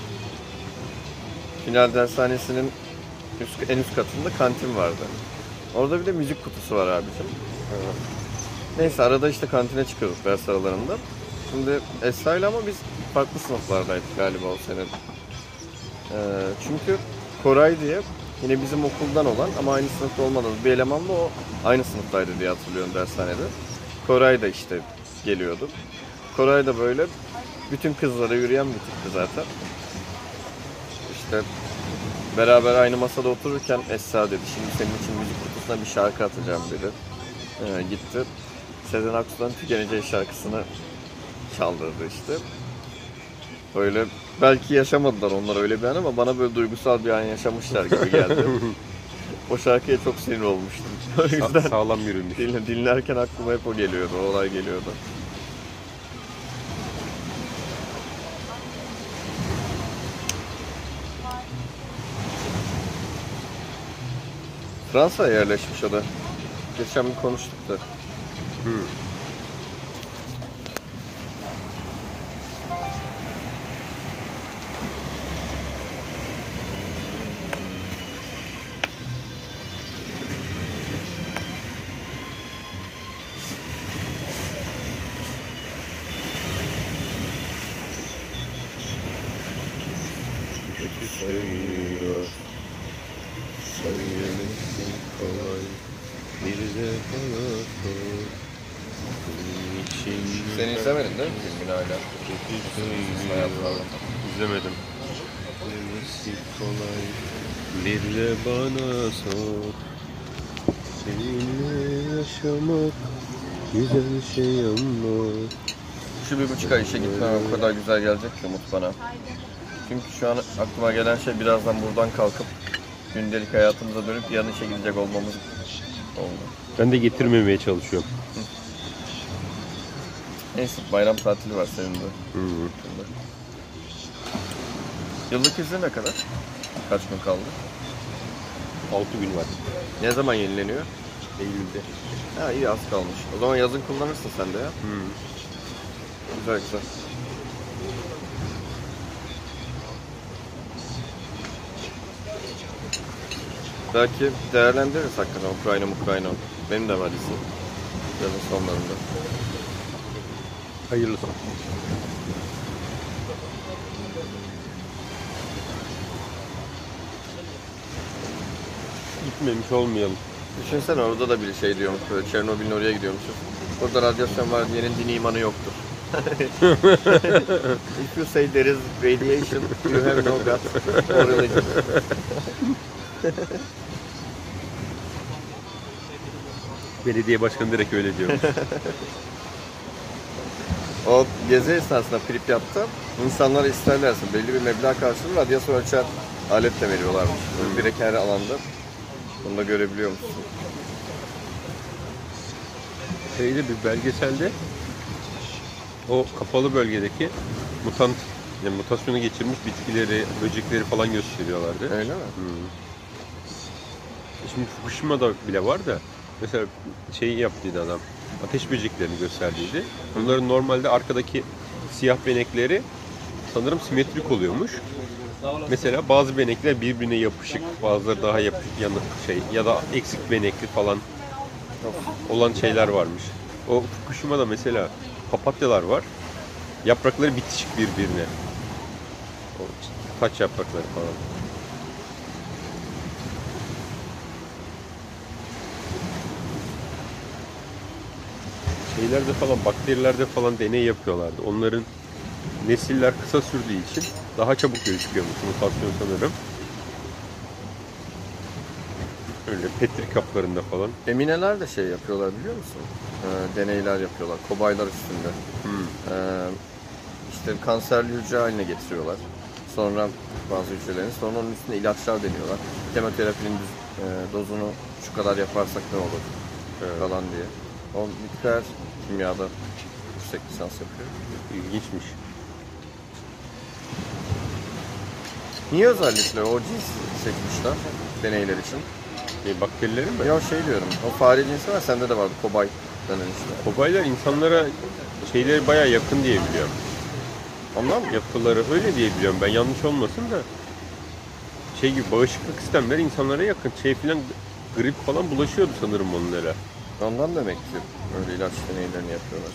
Final dershanesinin üst, en üst katında kantin vardı. Orada bir de müzik kutusu var abicim. Neyse arada işte kantine çıkıyorduk ders aralarında. Şimdi Esra ile ama biz farklı sınıflardaydık galiba o sene. Ee, çünkü Koray diye yine bizim okuldan olan ama aynı sınıfta olmadığımız bir elemanla o aynı sınıftaydı diye hatırlıyorum dershanede. Koray da işte geliyordu. Koray da böyle bütün kızlara yürüyen bir tipti zaten. İşte beraber aynı masada otururken Esra dedi şimdi senin için müzik kutusuna bir şarkı atacağım dedi. Ee, gitti. Sezen Aksu'dan Tükeneceği şarkısını çaldırdı işte. Böyle belki yaşamadılar onlar öyle bir an ama bana böyle duygusal bir an yaşamışlar gibi geldi. O şarkıya çok sinir olmuştum. O Sa- yüzden sağlam yürümüş. dinle- dinlerken aklıma hep o geliyordu, o olay geliyordu. Fransa'ya yerleşmiş o da. Geçen bir konuştuk da. Hı. Söylüyor, söylemesi kolay, bir de bana sor. Bunun için Sen izlemedin değil mi filmini hala? söylüyor. İzlemedim. Söylemesi kolay, bir de bana sor. Seninle yaşamak güzel şey ama. Şu bir buçuk ay işe gitmem o kadar güzel gelecek ki Umut bana. Çünkü şu an aklıma gelen şey birazdan buradan kalkıp gündelik hayatımıza dönüp yarın işe gidecek olmamız oldu. Ben de getirmemeye çalışıyorum. Neyse bayram tatili var senin de. Hı hı. Yıllık izin ne kadar? Kaç gün kaldı? altı gün var. Ne zaman yenileniyor? Eylül'de. Ha iyi az kalmış. O zaman yazın kullanırsın sen de ya. Hı. Güzel güzel. Belki değerlendiririz hakikaten Ukrayna Ukrayna. Benim de var izin. Yazın sonlarında. Hayırlısı. Gitmemiş olmayalım. Düşünsene orada da bir şey diyormuş böyle Çernobil'in oraya gidiyormuşuz. Burada radyasyon var diyenin dini imanı yoktur. If you say there is radiation, you have no God or religion. Belediye başkanı direkt öyle diyormuş. O gezi esnasında Pripyat'ta insanlar isterlerse belli bir meblağ karşılığı radyasyon ölçer alet de veriyorlarmış. Böyle direkt her alanda. Bunu da görebiliyor musun? Şeyde bir belgeselde o kapalı bölgedeki mutant, yani mutasyonu geçirmiş bitkileri, böcekleri falan gösteriyorlardı. Öyle mi? Hmm. Şimdi Fukushima'da bile var da mesela şeyi yaptıydı adam. Ateş böceklerini gösterdiydi. Onların normalde arkadaki siyah benekleri sanırım simetrik oluyormuş. Mesela bazı benekler birbirine yapışık, bazıları daha yapışık yanık şey ya da eksik benekli falan olan şeyler varmış. O Fukushima'da mesela papatyalar var. Yaprakları bitişik birbirine. O taç yaprakları falan. Şeylerde falan, bakterilerde falan deney yapıyorlardı. Onların nesiller kısa sürdüğü için daha çabuk gözüküyormuş mutasyon sanırım. Öyle petri kaplarında falan. Emineler de şey yapıyorlar biliyor musun? Ee, deneyler yapıyorlar. Kobaylar üstünde. Hmm. Ee, işte kanserli hücre haline getiriyorlar. Sonra bazı hücrelerin sonra onun üstüne ilaçlar deniyorlar. Kemoterapinin düz- e, dozunu şu kadar yaparsak ne olur Evet. falan diye. O nükleer kimyada yüksek lisans yapıyor. İlginçmiş. Niye özellikle o cins seçmişler deneyler için? E, bakterilerin mi? Ya şey diyorum, o fare cinsi var sende de vardı, kobay denen işte. Kobaylar insanlara şeyleri bayağı yakın diye biliyorum. Ondan mı? Yapıları öyle diye biliyorum ben, yanlış olmasın da. Şey gibi bağışıklık sistemleri insanlara yakın. Şey filan, grip falan bulaşıyordu sanırım onlara. Ondan demek ki öyle ilaç deneylerini yapıyorlar.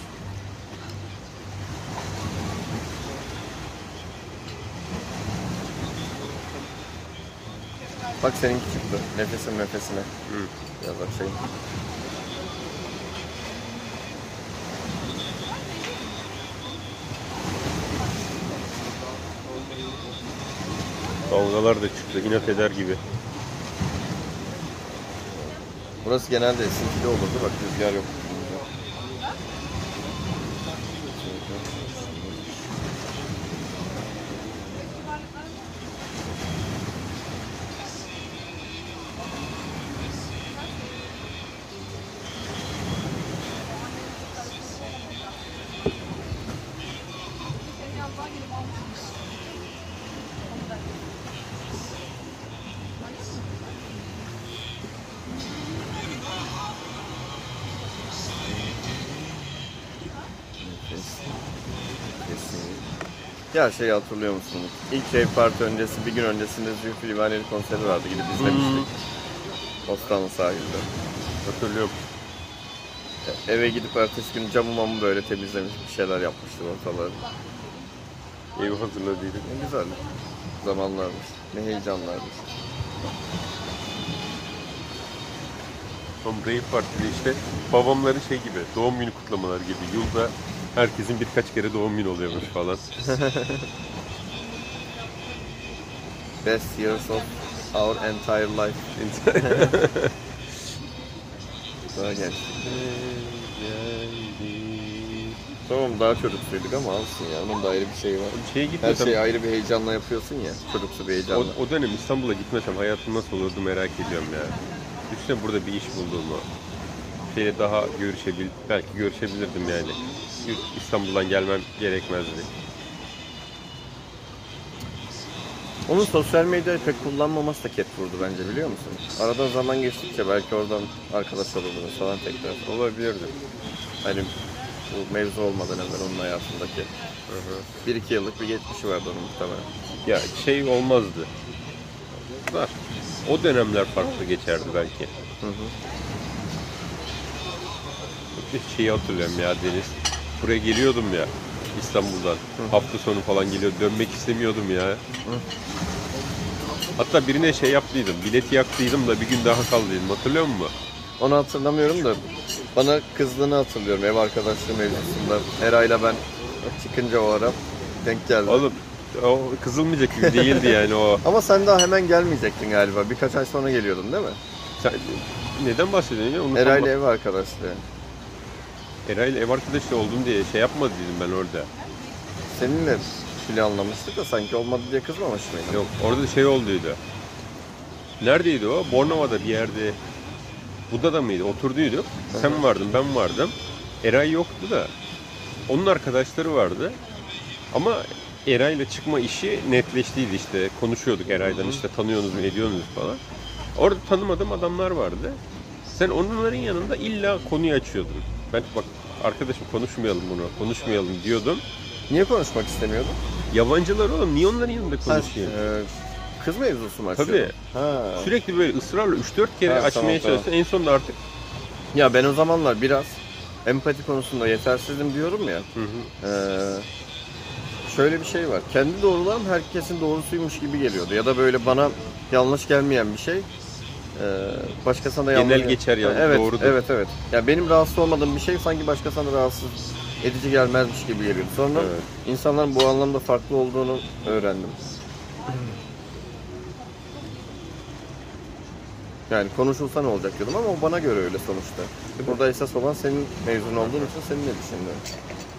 Bak seninki çıktı. Nefesin nefesine. Hı. Yazar şey. Dalgalar da çıktı, inat eder gibi. Burası genelde esintili olurdu. Bak rüzgar yok. Ya şey hatırlıyor musunuz? İlk rave parti öncesi, bir gün öncesinde Zülfü Livaneli konseri vardı. Gidip izlemiştik. Osmanlı sahilde. Hatırlıyorum. Eve gidip ertesi gün camı mamı böyle temizlemiş, bir şeyler yapmıştım ortaları. Evi hazırladıydık. Ne güzel zamanlarmış, ne heyecanlarmış. Tam rave partide işte babamların şey gibi, doğum günü kutlamaları gibi. Yılda herkesin birkaç kere doğum günü oluyormuş falan. Best years of our entire life. Daha genç. Tamam daha çocuksuyduk ama alsın ya. Onun da ayrı bir şeyi var. Şeye Her gitmesem, şeyi ayrı bir heyecanla yapıyorsun ya. Çocuksu bir o, heyecanla. o dönem İstanbul'a gitmesem hayatım nasıl olurdu merak ediyorum ya. Düşünsene burada bir iş bulduğumu. Şeyle daha görüşebil, belki görüşebilirdim yani. İstanbul'dan gelmem gerekmezdi. Onun sosyal medyayı pek kullanmaması da ket vurdu bence biliyor musun? Aradan zaman geçtikçe belki oradan arkadaş olurdunuz falan tekrar. Olabilirdi. Hani bu mevzu olmadan evvel onun hayatındaki. Hı hı. Bir iki yıllık bir geçmişi vardı onun muhtemelen. Ya şey olmazdı. Var. O dönemler farklı geçerdi belki. Hı hı. Bir şeyi hatırlıyorum ya Deniz. Buraya geliyordum ya İstanbul'dan. Hafta sonu falan geliyor. Dönmek istemiyordum ya. Hatta birine şey yaptıydım. Bileti yaktıydım da bir gün daha kaldıydım. Hatırlıyor musun? Onu hatırlamıyorum da bana kızdığını hatırlıyorum ev arkadaşlığı mevzusunda. Eray'la ben Çıkınca o ara denk geldi. Oğlum o kızılmayacak gibi değildi yani o. Ama sen daha hemen gelmeyecektin galiba. Birkaç ay sonra geliyordun değil mi? Sen neden bahsediyorsun ya? Onu Eray'la tam- ev arkadaşlığı. Eray'la ev arkadaşı oldum diye şey yapmadıydım ben orada. Seninle planlamıştık da sanki olmadı diye kızmamış mıydın? Yok orada şey olduydu. Neredeydi o? Bornova'da bir yerde. Buda'da mıydı? Oturduyduk. Sen vardın, ben vardım. Eray yoktu da. Onun arkadaşları vardı. Ama Eray'la çıkma işi netleştiydi işte. Konuşuyorduk Eray'dan işte tanıyorsunuz mu, ediyorsunuz falan. Orada tanımadığım adamlar vardı. Sen onların yanında illa konuyu açıyordun. Ben bak arkadaşım konuşmayalım bunu, konuşmayalım diyordum. Niye konuşmak istemiyordun? Yabancılar oğlum niye onların yanında konuşayım? Ha, e, kız mevzusu mu Tabii. açıyordun? Ha. Sürekli böyle ısrarla üç dört kere Ha, açmaya tamam, çalıştın. tamam. En sonunda artık Ya ben o zamanlar biraz empati konusunda yetersizdim diyorum ya. hı hı. Ee, şöyle bir şey var. Kendi doğrularım herkesin doğrusuymuş gibi geliyordu. Ya da böyle bana yanlış gelmeyen bir şey e, başkasına da yanlış... Genel geçer yani, Evet, doğrudur. evet, evet. Ya benim rahatsız olmadığım bir şey sanki başkasına rahatsız edici gelmezmiş gibi geliyordu. Sonra Evet. insanların bu anlamda farklı olduğunu öğrendim. Yani konuşulsa ne olacak dedim ama o bana göre öyle sonuçta. Burada esas olan senin mezun olduğun için senin ne düşündüğün.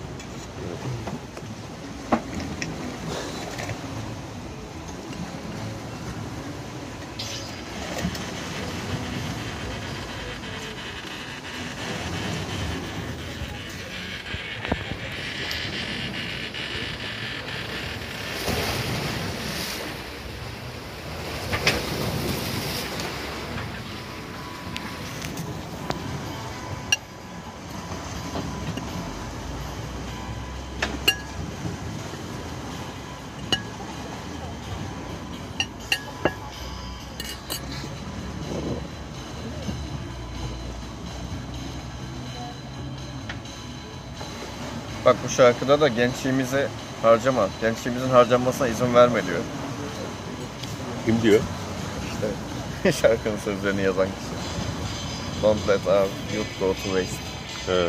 Bak bu şarkıda da gençliğimizi harcama, gençliğimizin harcanmasına izin verme diyor. Kim diyor? İşte şarkının sözlerini yazan kişi. Don't let our youth go to waste. He.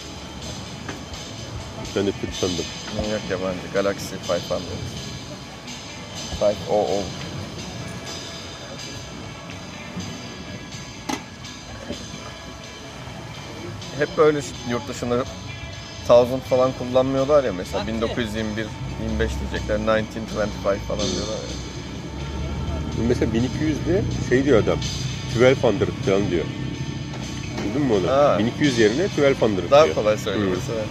Ben de Türk sandım. Yok yabancı, Galaxy beş yüz. beş yüz. Hep böyle yurt dışında thousand falan kullanmıyorlar ya mesela bin dokuz yüz yirmi bir yirmi beş diyecekler bin dokuz yüz yirmi beş falan diyorlar ya. Mesela bin iki yüzde şey diyor adam. on iki hundred falan diyor. Duydun mu onu? Ha. bin iki yüz yerine on iki hundred Daha diyor. kolay söylemesi. evet.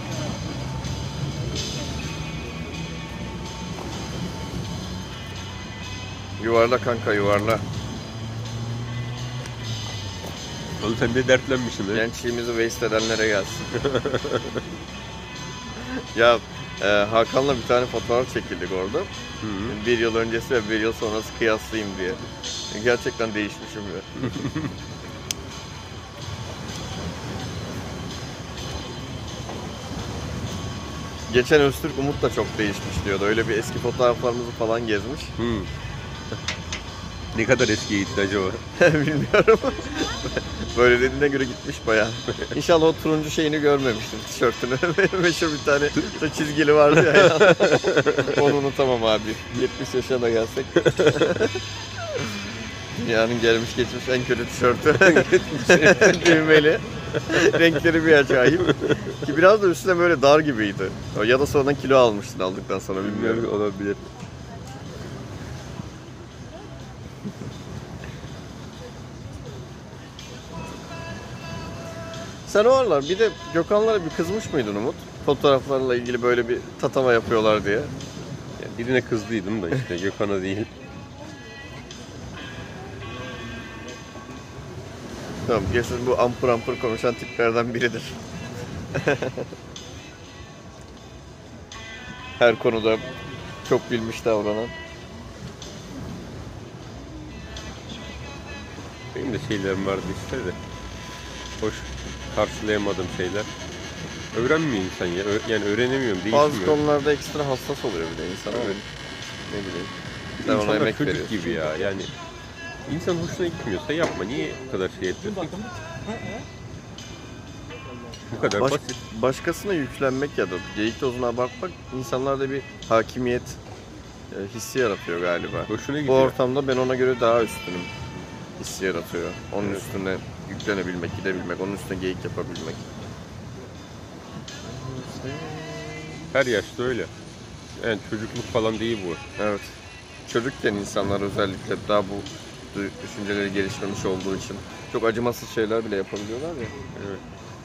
Yuvarla kanka yuvarla. Oğlum sen de dertlenmişsin he. Gençliğimizi waste edenlere gelsin. Ya e, Hakan'la bir tane fotoğraf çekildik orada. Hı hı. Bir yıl öncesi ve bir yıl sonrası kıyaslayayım diye. Gerçekten değişmişim ya. Geçen Öztürk Umut da çok değişmiş diyordu. Öyle bir eski fotoğraflarımızı falan gezmiş. Hı. Ne kadar eskiye gitti acaba? Bilmiyorum. Böyle dediğine göre gitmiş bayağı. İnşallah o turuncu şeyini görmemiştim, tişörtünü. Meşhur bir tane işte çizgili vardı ya. Onu unutamam abi. yetmiş yaşına da gelsek. Dünyanın gelmiş geçmiş en kötü tişörtü. Düğmeli. Renkleri bir acayip. Ki biraz da üstüne böyle dar gibiydi. Ya da sonradan kilo almıştın aldıktan sonra bilmiyorum. Olabilir. Sen o aralar bir de Gökhan'lara bir kızmış mıydın Umut? Fotoğraflarla ilgili böyle bir tatava yapıyorlar diye. Ya birine kızdıydım da işte Gökhan'a değil. Tamam, kesin bu ampur ampur konuşan tiplerden biridir. Her konuda çok bilmiş davranan. Benim de şeylerim vardı işte de. Hoş karşılayamadığım şeyler. Öğrenmiyor insan ya. Ö- yani öğrenemiyorum, Bazı değişmiyor. konularda ekstra hassas oluyor bir de insan. Öyle. Ne bileyim. Sen ona İnsanlar emek çocuk veriyorsun. gibi ya. Yani insan hoşuna gitmiyorsa yapma. Niye bu kadar şey yapıyorsun? Bu kadar Baş- basit. başkasına yüklenmek ya da geyik tozuna abartmak insanlarda bir hakimiyet e, hissi yaratıyor galiba. Hoşuna Bu gidiyor. ortamda ben ona göre daha üstünüm hissi yaratıyor. Onun Evet. üstüne yüklenebilmek, gidebilmek, onun üstüne geyik yapabilmek. Her yaşta öyle. Yani çocukluk falan değil bu. Evet. Çocukken insanlar özellikle daha bu du- düşünceleri gelişmemiş olduğu için çok acımasız şeyler bile yapabiliyorlar ya. Evet.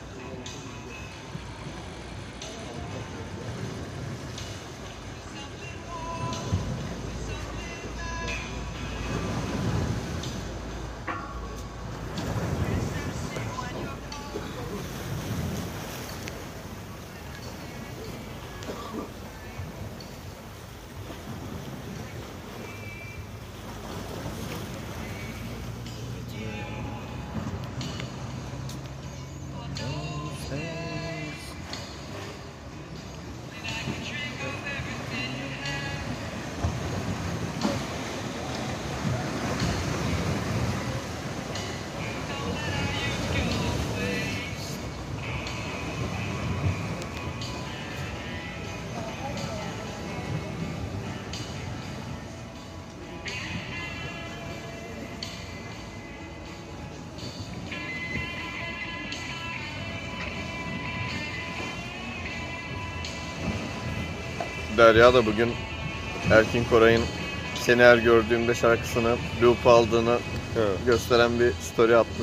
Derya da bugün Erkin Koray'ın Seni Her Gördüğümde şarkısını loop aldığını Ha. gösteren bir story atmış.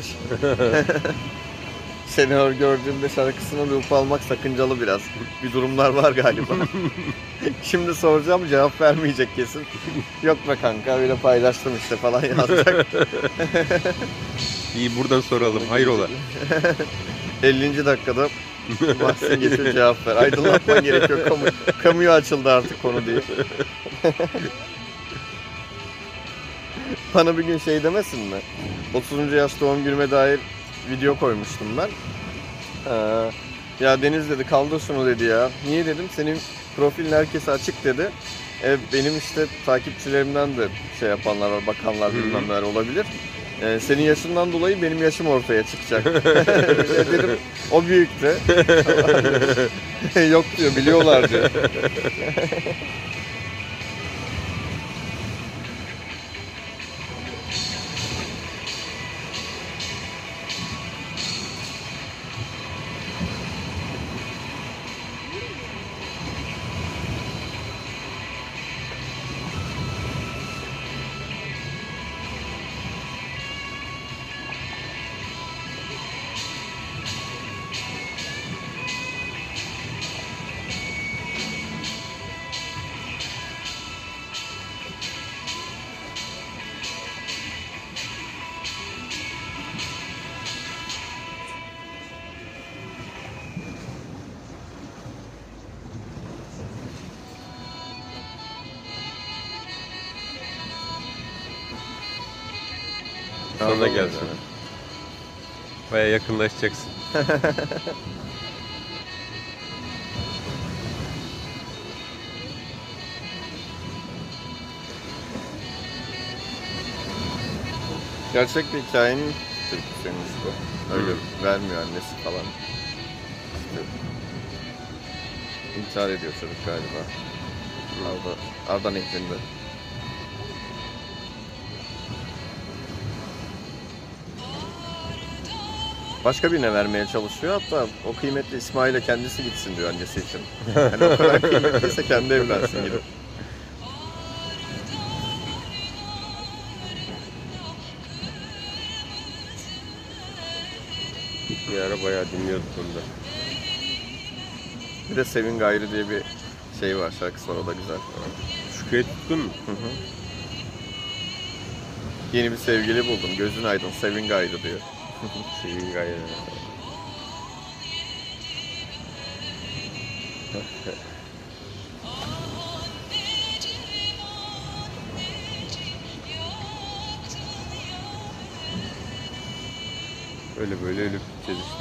Seni Her Gördüğümde şarkısını loop almak sakıncalı biraz. Bir durumlar var galiba. Şimdi soracağım, cevap vermeyecek kesin. Yok be kanka, öyle paylaştım işte falan yazacak. İyi, buradan soralım. Hayrola? ellinci dakikada bahsin geçiyor, cevap ver. Aydınlatman gerekiyor. Kamu, kamuya açıldı artık konu diye. Bana bir gün şey demesin mi? otuzuncu yaş doğum günüme dair video koymuştum ben. Ee, ya Deniz dedi, kaldır şunu dedi ya. Niye dedim, senin profilin herkese açık dedi. E, benim işte takipçilerimden de şey yapanlar var, bakanlar bilmem neler olabilir. E, senin yaşından dolayı benim yaşım ortaya çıkacak. E, dedim, o büyüktü. Yok diyor, biliyorlar diyor. Sonuna geldi. Baya yakınlaşacaksın. Gerçek bir hikayenin türküsüymüş bu. Öyle vermiyor annesi falan. İşte intihar ediyor çocuk galiba. Arda, Arda Nehri'nde. Başka birine vermeye çalışıyor. Hatta o kıymetli İsmail'e kendisi gitsin diyor annesi için. Yani o kadar kıymetliyse kendi evlensin gidip. Bir ara bayağı dinliyorduk onu da. Bir de Sevin Gayrı diye bir şey var, şarkısı var, o da güzel. Şükrü'ye tuttun mu? Hı hı. Yeni bir sevgili buldum, gözün aydın, Sevin Gayrı diyor. Sevin gayet. Öyle böyle ölüp gideceğiz işte.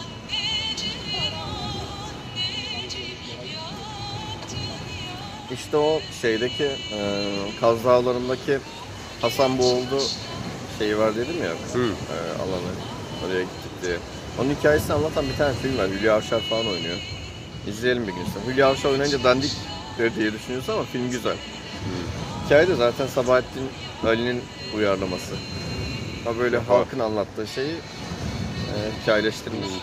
İşte o şeydeki e, Kaz Dağları'ndaki Hasan Boğuldu şeyi var dedim ya, Hı. e, alanı, oraya gittik diye. Onun hikayesini anlatan bir tane film var. Hülya Avşar falan oynuyor. İzleyelim bir gün sonra. Hülya Avşar oynayınca dandik diye düşünüyorsun ama film güzel. Hmm. Hikaye de zaten Sabahattin Ali'nin uyarlaması. Ha böyle Oha. halkın anlattığı şeyi e, hikayeleştirmiş. Hmm.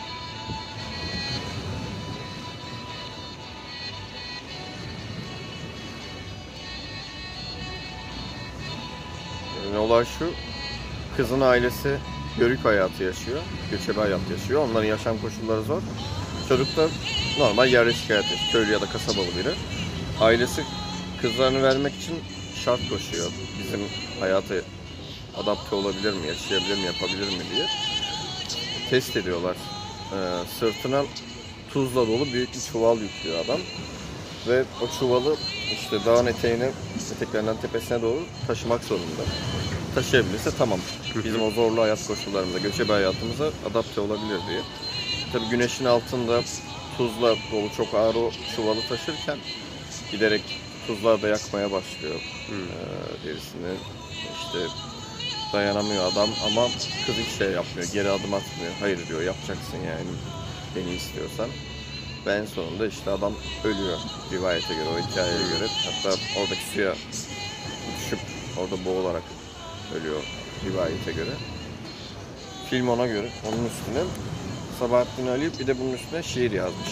Yani olay şu, kızın ailesi Yörük hayatı yaşıyor, göçebe hayat yaşıyor. Onların yaşam koşulları zor. Çocuk da normal yerleşik hayat yaşıyor, köylü ya da kasabalı biri. Ailesi kızlarını vermek için şart koşuyor. Bizim hayata adapte olabilir mi, yaşayabilir mi, yapabilir mi diye. Test ediyorlar. Ee, sırtına tuzla dolu büyük bir çuval yüklüyor adam. Ve o çuvalı işte dağın eteğine, eteklerinden tepesine doğru taşımak zorunda. Taşıyabilirse tamam. Bizim o zorlu hayat koşullarımıza, göçebe hayatımıza adapte olabilir diye. Tabii güneşin altında tuzla dolu çok ağır o çuvalı taşırken giderek tuzlar da yakmaya başlıyor hmm. ee, derisini. İşte dayanamıyor adam ama kız hiç şey yapmıyor, geri adım atmıyor. Hayır diyor, yapacaksın yani beni istiyorsan. Ve en sonunda işte adam ölüyor rivayete göre, o hikayeye göre. Hatta oradaki suya düşüp orada boğularak ölüyor rivayete göre. Film ona göre, onun üstüne Sabahattin Ali bir de bunun üstüne şiir yazmış.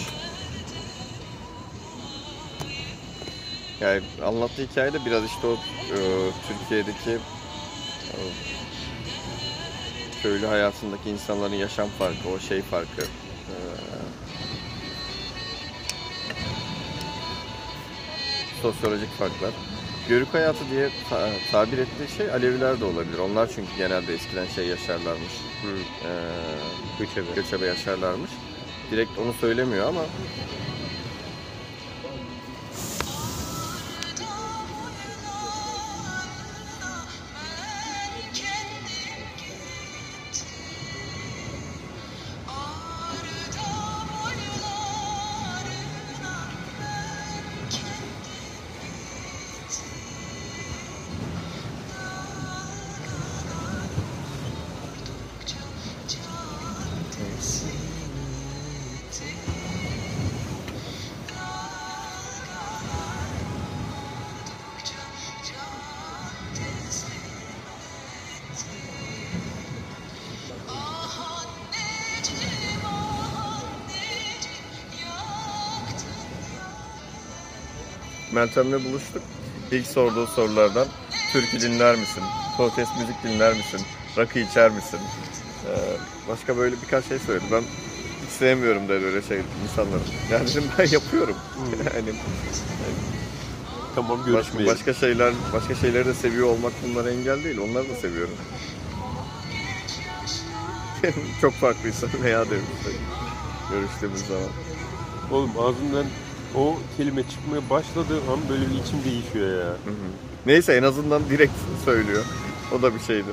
Yani anlattığı hikayede biraz işte o e, Türkiye'deki e, köylü hayatındaki insanların yaşam farkı, o şey farkı. E, sosyolojik farklar. Yörük hayatı diye ta- tabir ettiği şey Aleviler de olabilir. Onlar çünkü genelde eskiden şey yaşarlarmış. Hmm. Ee, göçebe. göçebe yaşarlarmış. Direkt onu söylemiyor ama Meltem'le buluştuk. İlk sorduğu sorulardan türkü dinler misin? Protest müzik dinler misin? Rakı içer misin? Ee, başka böyle birkaç şey söyledi. Ben hiç sevmiyorum dedi öyle şey insanları. Yani dedim ben yapıyorum. yani, yani, tamam görüşmeyelim. Başka, başka şeyler, başka şeyleri de seviyor olmak bunlara engel değil. Onları da seviyorum. Çok farklıysa ne ya demişler görüştüğümüz zaman. Oğlum ağzından o kelime çıkmaya başladığı an böyle bir içim değişiyor ya. Hı hı. Neyse en azından direkt söylüyor. O da bir şeydir.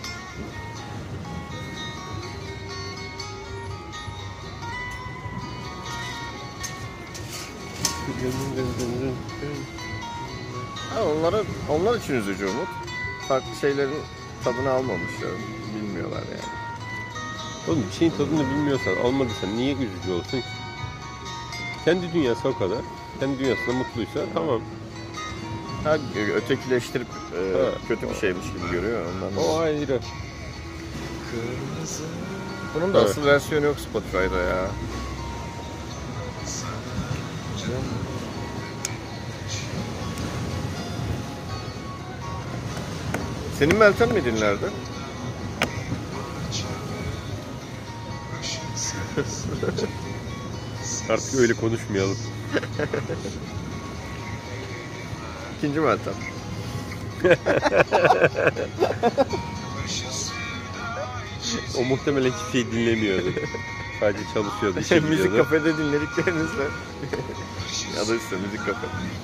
Ha, onlara, onlar için üzücü Umut. Farklı şeylerin tadını almamışlar. Bilmiyorlar yani. Oğlum bir şeyin tadını bilmiyorsan, almadıysan niye üzücü olsun ki? Kendi dünyası o kadar. Kendi dünyasında mutluysa tamam. Ha, ötekileştirip e, ha, kötü bir şeymiş gibi görüyor ondan. O ayrı. Bunun da evet. Asıl versiyonu yok Spotify'da ya. Senin Meltem mi dinlerdi? Artık öyle konuşmayalım. İkinci Meltem. O muhtemelen hiçbir şey dinlemiyordu. Sadece çalışıyordu. Müzik kafede dinlediklerinizle. Ya da işte müzik kafe.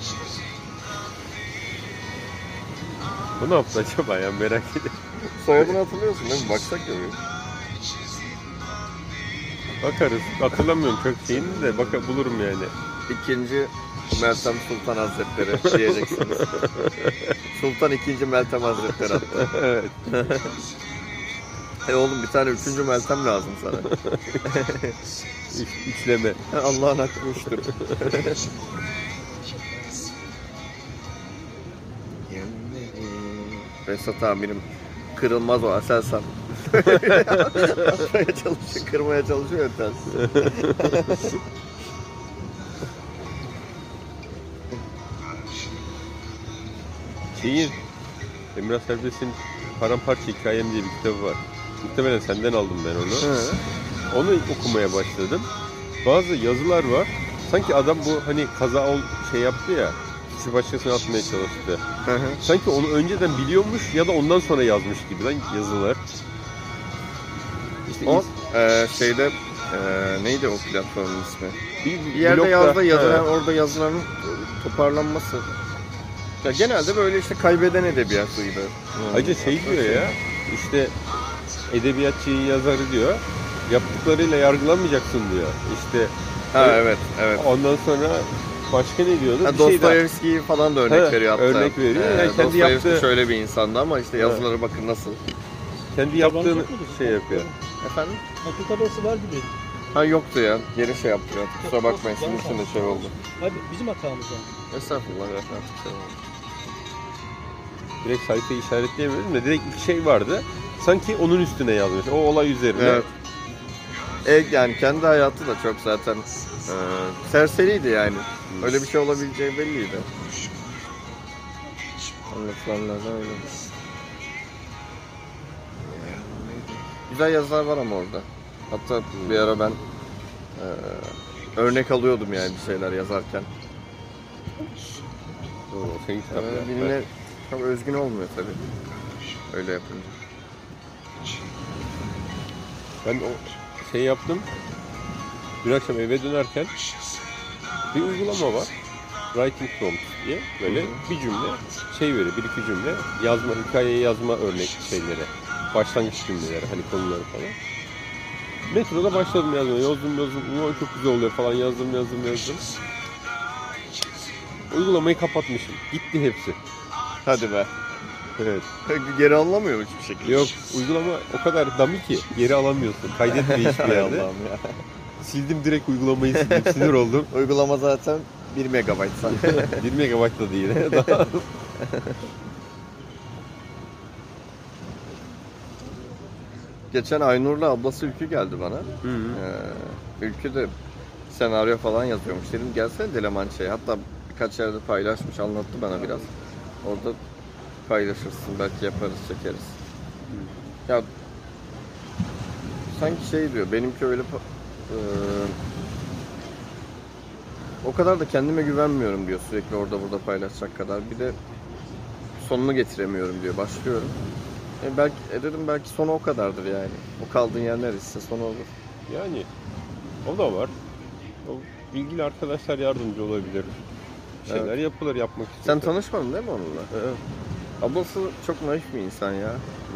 Bu ne yaptı acaba ya, merak ediyorum. Soyadını hatırlıyorsun değil mi? Baksak ya bir. Bakarız. Hatırlamıyorum çok şeyini de baka bulurum yani. İkinci Meltem Sultan Hazretleri diyeceksiniz. Sultan ikinci Meltem Hazretleri hatta. Evet. E oğlum bir tane üçüncü Meltem lazım sana. Üç, üçleme. Allah'ın hakkı üçtür. Vesat amirim kırılmaz o Aselsan. Atmaya çalışıyor, kırmaya çalışıyor ya ters. Şeyin, Emrah Serbest'in Paramparça Hikayem diye bir kitabı var. Muhtemelen senden aldım ben onu. Hı. Onu okumaya başladım. Bazı yazılar var. Sanki adam bu hani kaza ol şey yaptı ya. Suçu başkasına atmaya çalıştı. Hı hı. Sanki onu önceden biliyormuş ya da ondan sonra yazmış gibi lan yazılar. İşte O ins- e, şeyde e, neydi o platformun ismi? bir, Bir yerde blogda- yazda yazılan He. orada yazıların toparlanması. Ya genelde böyle işte kaybeden edebiyatıydı. Ayrıca şey diyor ya, işte edebiyatçıyı yazarı diyor, yaptıklarıyla yargılanmayacaksın diyor. İşte Ha evet evet. ondan sonra başka ne diyordu? Ha, Bir şey daha. Dostoyevski'yi falan da örnek He, veriyor hatta. örnek veriyor. Yani kendi Dostoyevski yaptığı- şöyle bir insandı ama işte yazıları bakın nasıl. Kendi yaptığını şey yapıyor. Efendim? Akıl kadrosu var gibi. Ha yoktu ya. Geri şey yaptı ya. Kusura bakmayın sizin için de şey oldu. Hadi bizim hatamızdan. Estağfurullah ya. Artık şey oldu. Direkt sayfayı işaretleyemedim de direkt ilk şey vardı. Sanki onun üstüne yazmış. O olay üzerine. Evet. E, yani kendi hayatı da çok zaten e, serseriydi yani. Öyle bir şey olabileceği belliydi. Anlatılanlardan öyle. Güzel yazılar var ama orada. Hatta bir ara ben e, örnek alıyordum yani bir şeyler yazarken. Doğru, senin kitap Ee, ya. birine çok özgün olmuyor tabii. Öyle yapınca. Ben o şey yaptım. Bir akşam eve dönerken bir uygulama var. Writing prompt diye böyle Hı hı. bir cümle şey veriyor, bir iki cümle yazma, hikayeyi yazma örnek şeyleri. Başlangıç cümleleri, hani konuları falan. Metroda başladım yazmaya. Yazdım yazdım. Ulan çok güzel oluyor falan yazdım yazdım yazdım. Uygulamayı kapatmışım. Gitti hepsi. Hadi be. Evet. Geri anlamıyor mu hiçbir şekilde? Yok, uygulama o kadar dummy ki geri alamıyorsun. Kaydetmiyor hiçbir Hay yerde. Allah'ım ya. Sildim direkt uygulamayı sildim. Sinir oldum. Uygulama zaten bir megabayt zaten. bir megabayt da değil. Daha... Geçen Aynur'la ablası Ülkü geldi bana. Hı hı. Ee, Ülkü de senaryo falan yazıyormuş. Dedim gelsene Deleman şey. Hatta birkaç yerde paylaşmış, anlattı bana biraz. Orada paylaşırsın, belki yaparız, çekeriz. Ya sanki şey diyor, benimki öyle pa- eee, o kadar da kendime güvenmiyorum diyor sürekli orada burada paylaşacak kadar. Bir de sonunu getiremiyorum diyor, başlıyorum. E belki e dedim belki sonu o kadardır yani. O kaldığın yer neresi sonu olur. Yani o da var. O bilgili arkadaşlar yardımcı olabilir. Bir şeyler Evet. yapılır yapmak Sen istiyorsan. tanışmadın değil mi onunla? Evet. Ablası çok naif bir insan ya.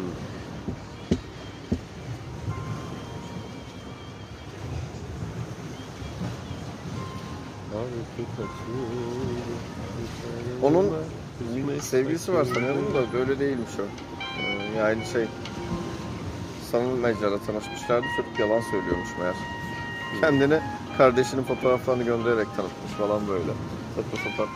Onun sevgilisi var sanıyorum da öyle değilmiş o. Ee, Yani şey sanal mecrada tanışmışlardı, çocuk yalan söylüyormuş meğer. Kendini kardeşinin fotoğraflarını göndererek tanıtmış falan böyle. Saçma sapan.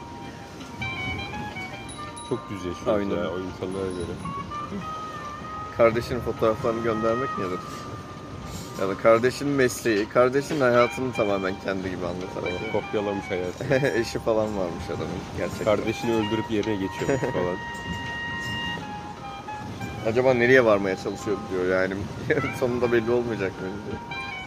Çok düz yaşıyor Aynen. ya o insanlara göre. Kardeşinin fotoğraflarını göndermek nedir? Ya da kardeşinin mesleği, kardeşinin hayatını tamamen kendi gibi anlatarak. O kopyalamış hayatı. Eşi falan varmış adamın gerçekten. Kardeşini öldürüp yerine geçiyormuş falan. Acaba nereye varmaya çalışıyor diyor yani. Sonunda belli olmayacak mı? diyor.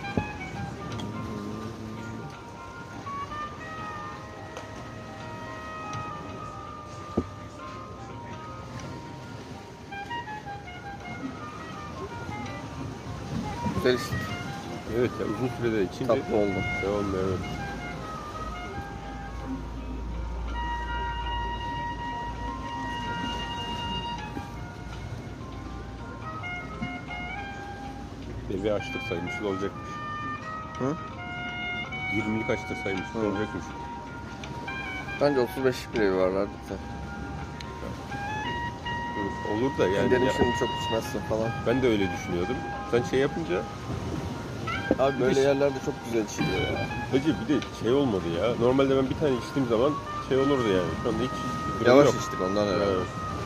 Güzel işte. Evet ya uzun sürede içinde Tatlı oldu. devam evet. Evi açtırsaymışız olacakmış. Hı? yirmilik açtırsaymışız Hı. olacakmış. Bence otuz beşlik bir evi var artık da. Hı. olur da Yani yani dedim ya- şimdi çok içmezsin falan. ben de öyle düşünüyordum. Sen şey yapınca Abi böyle Biz- yerlerde çok güzel içiliyor ya. hacı bir de şey olmadı ya. Normalde ben bir tane içtiğim zaman şey olurdu yani. Şu anda hiç durum Yavaş yok. içtik ondan herhalde. Evet.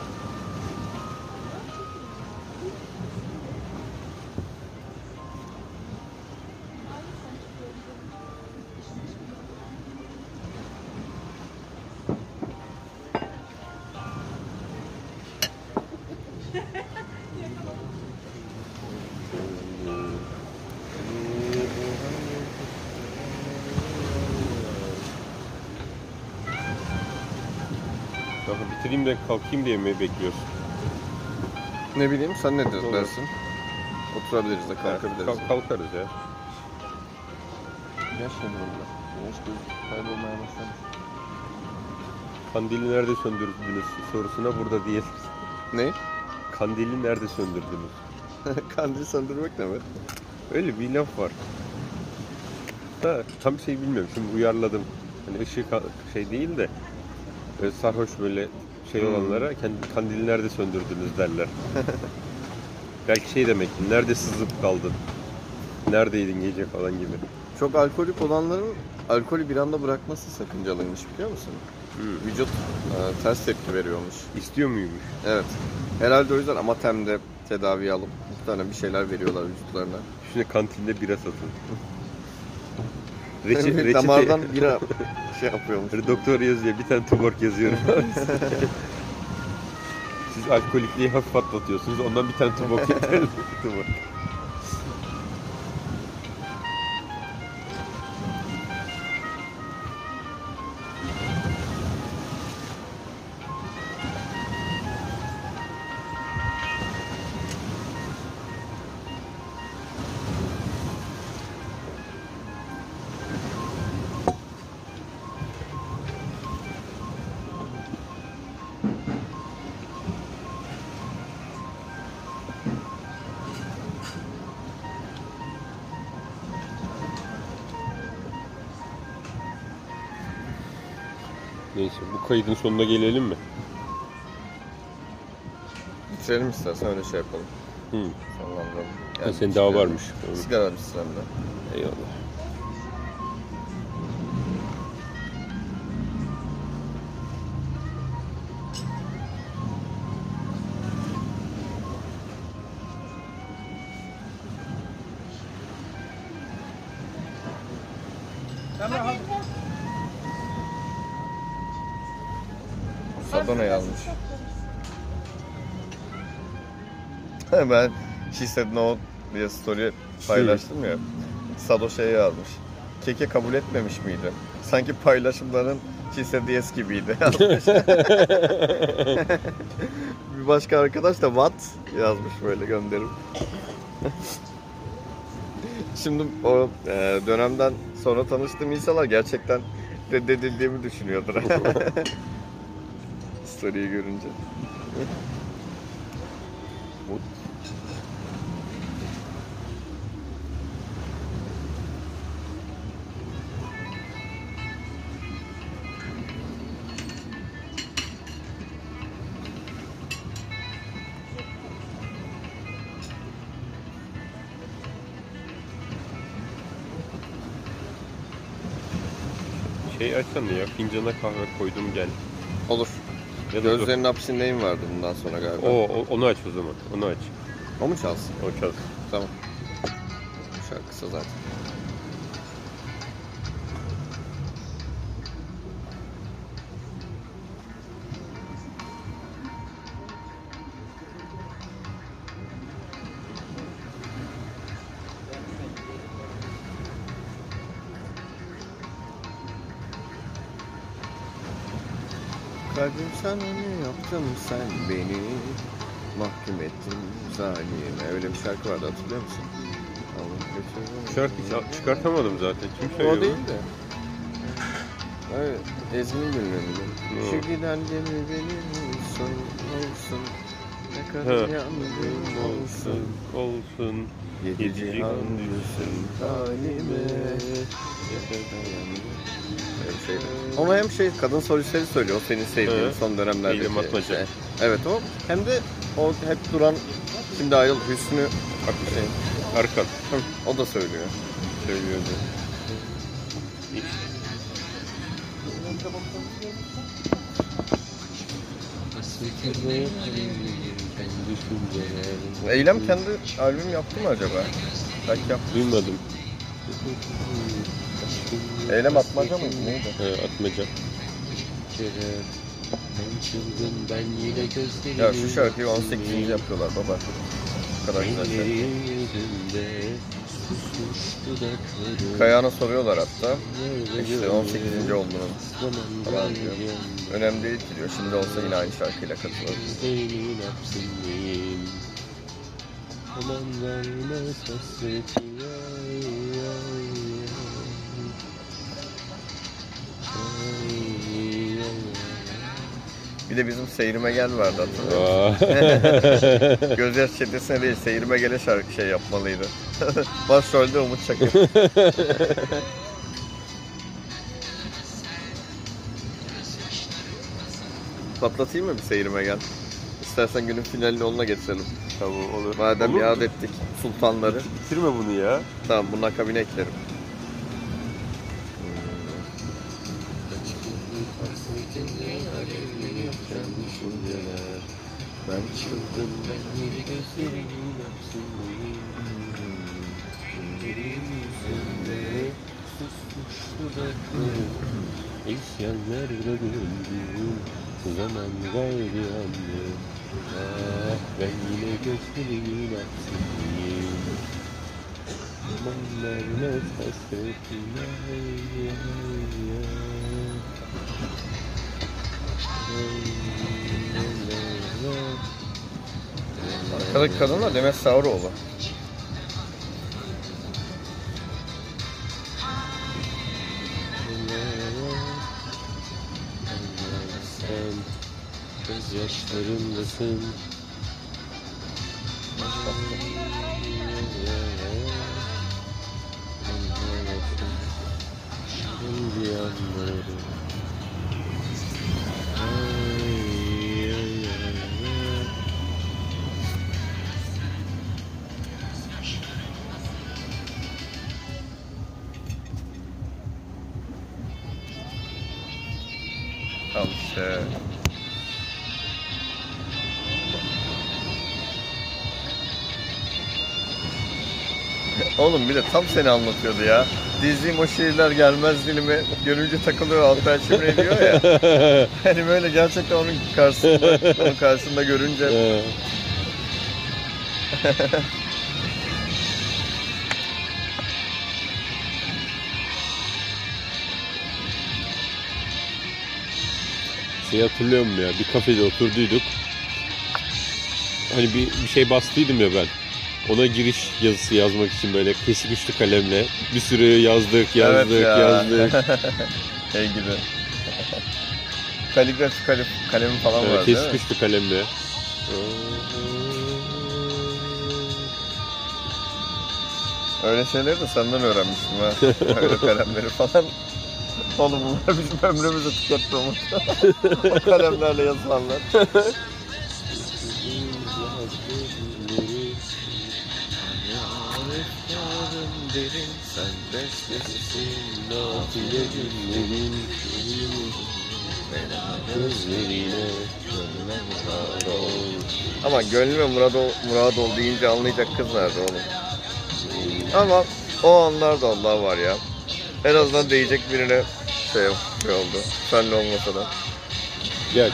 Daha bitireyim de kalkayım diye mi bekliyorsun? Ne bileyim sen ne Doğru. dersin? Oturabiliriz de kalkabiliriz. Kalk- kalkarız ya. Güneş yanıyor. Güneş gözü kaybolmaya başlamış. Kandili nerede söndürdünüz sorusuna burada değil. Ne? Kandili nerede söndürdünüz? Kandil söndürmek ne mi? Öyle bir laf var. Da tam şey bilmiyorum. Şimdi uyarladım. Hani ışığı ka- şey değil de böyle sarhoş böyle şey Hmm. olanlara kendi kandili nerede söndürdünüz derler. Belki şey demek ki nerede sızıp kaldın? Neredeydin gece falan gibi. Çok alkolik olanların alkolü bir anda bırakması sakıncalıymış biliyor musun? Hmm. Vücut e, ters tepki veriyormuş. İstiyor muymuş? Evet. Herhalde o yüzden Amatem'de tedavi alıp muhtemelen bir şeyler veriyorlar vücutlarına. Şimdi kantinde bira satın. Reçe, reçete, Damardan bira şey yapıyormuş. Böyle doktor yazıyor, bir tane tuborg yazıyorum. Siz alkolikliği hafif atlatıyorsunuz, ondan bir tane tuborg yeterli. Tuborg. Neyse, bu kaydın sonuna gelelim mi? Bitirelim istersen öyle şey yapalım. Hı. Sonlandıralım. Ha, senin daha sigara- varmış. Sigara içsem de. Eyvallah. Sadona yazmış. Ben She Said No diye story paylaştım ya. Sado şey yazmış. Keke kabul etmemiş miydi? Sanki paylaşımların She Said Yes gibiydi yazmış. Bir başka arkadaş da what yazmış böyle gönderip. Şimdi o e, dönemden sonra tanıştığım insanlar gerçekten reddedildiğimi düşünüyordur. Story'yi görünce. Şey açsana ya, fincana kahve koydum gel. Olur. Ya da dur. Gözlerinin hapsindeyim vardı bundan sonra galiba. O, o- onu aç o zaman, onu aç. O mu çalsın? O çal. Tamam. Şarkı kısa zaten. Kalbim sana ne yaptım sen beni mahkum ettin zalime. Öyle bir şarkı vardı hatırlıyor musun? Allah götürdüm. Şarkı çal- çıkartamadım zaten. Kim söylüyor? O değil de. Evet, Ezgi'nin günlüğünde. Hı. Şu giden gemi benim olsun, olsun. Ne kadar He. yalnızım olsun. Olsun. Yedi Yedi cihan cihan düşsün halime. Öyle bir şeydi. Ama hem şey kadın solistleri söylüyor. O senin sevdiğin Hı. son dönemlerdeki. Eylem Atmaca. şey. Evet o. Hem de o hep duran, şimdi ayrıl Hüsnü şey, Arkan. hı, o da söylüyor. Söylüyordu. Eylem kendi albüm yaptı mı acaba? Belki yaptı. Duymadım. Eylem Atmaca mıydı? Neydi? He, atmaca. Ya şu şarkıyı on sekizinci yapıyorlar baba. Bu kadar güzel şarkı. Kayağına soruyorlar hatta. İşte on sekizinci olduğunu falan diyor. Önemli değil ki diyor. Şimdi olsa yine aynı şarkıyla katılır. Bir de bizim Seyrime Gel vardı hatırlıyor musun? Gözyaş Çetesi'ne değil, Seyrime Gel'e şarkı şey yapmalıydı. Başrolde Umut Çakır. Patlatayım mı bir Seyrime Gel? İstersen günün finalini onunla getirelim. Tamam olur. Madem Olur yad mu? ettik sultanları. Bitirme bunu ya. Tamam, bunun akabine eklerim. Ben çıldım, ben yeni gözlerimin yapsınlayım. Yüzümde susmuş dudaklarım, isyanlarla döndüm, zaman gayri anlı. Ah, ben yine gözlerimin yapsınlayım. Aman vermez hasretine. Arkadaki kadın da Demet Savruoğlu. Sen gözyaşlarımdasın. Şimdi anlarım. Tamam işte. Oğlum bir de tam seni anlatıyordu ya. Dizdiğim o şiirler gelmez dilime, görünce takılıyor, Alper Çimre diyor ya. Hani böyle gerçekten onun karşısında, onun karşısında görünce. Şey hatırlıyor musun ya? Bir kafede oturduyduk. Hani bir, bir şey bastıydım ya ben. Ona giriş yazısı yazmak için böyle kesik uçlu kalemle bir sürü yazdık, yazdık, Evet ya. yazdık. Şey gibi. Kaligrafi kalem, kalemi falan Evet, var değil kesik mi? uçlu kalemle. Öyle şeyleri de senden öğrenmiştim ha. Öyle kalemleri falan. Oğlum bunlar bizim ömrümüzü tüketti Umut. O kalemlerle yazılanlar. Ama gönlüme Murad ol, Murad ol deyince anlayacak kız nerede oğlum? Ama o anlarda Allah var ya. En azından değecek birine şey, şey oldu. Senle olmasa da. Ya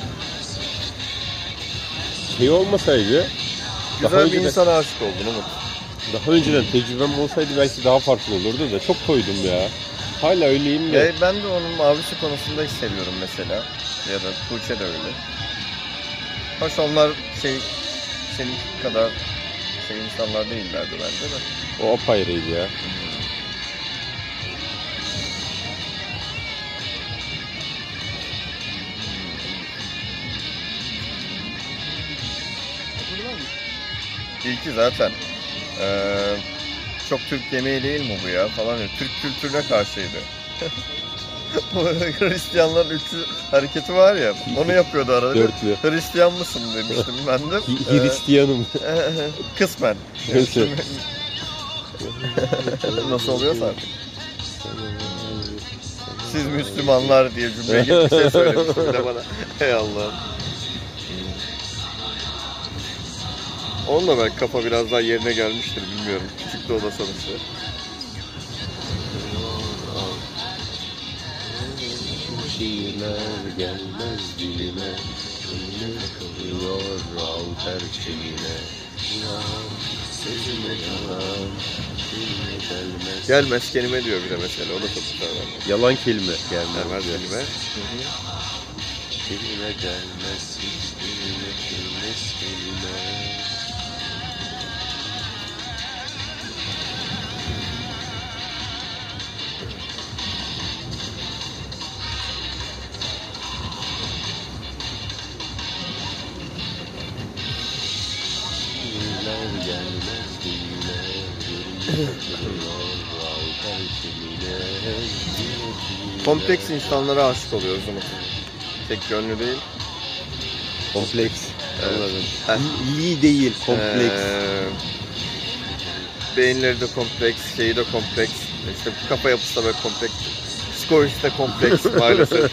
şey olmasaydı daha Güzel bir önceden, insana aşık oldun Umut. daha önceden tecrübem olsaydı belki daha farklı olurdu da çok koydum ya. Hala öyleyim de. Ya ben de onun abisi konusunda hissediyorum mesela. Ya da Tuğçe de öyle. Hoş onlar şey senin kadar şey insanlar değillerdi bence de. O apayrıydı ya. İlki zaten eee, çok Türk yemeği değil mi bu ya falan diyor. Türk kültürüne karşıydı. Hristiyanların üçlü hareketi var ya, onu yapıyordu arada. Dörtlü. Hristiyan mısın demiştim ben de. Hi- Hristiyanım. Ee, kısmen. Nasıl? Nasıl oluyorsa artık. Siz Müslümanlar diye cümle gibi bir şey söylemişti bir de bana. Hey Allah'ım. Onunla belki kafa biraz daha yerine gelmiştir, bilmiyorum. Küçük de o da sonuçta. Şiirler gelmez dilime, ünlü kılıyor al perçemine. Ya sözüme yalan, dilime gelmez. Gelmez kelime diyor bir de mesela, o da çok güzel bence. Yalan kelime gelmez. Gelmez diyor. kelime. Dilime gelmez, dilime gelmez kelime. Şiirler gelmez dilime, ünlü kılıyor al perçemine. Kompleks insanlara aşık oluyoruz Umut. Tek yönlü değil. Kompleks. Anladım. Heh. İyi değil, kompleks. Ee, beyinleri de kompleks, şeyi de kompleks. İşte kafa yapısı da böyle kompleks. Psikolojisi de kompleks maalesef.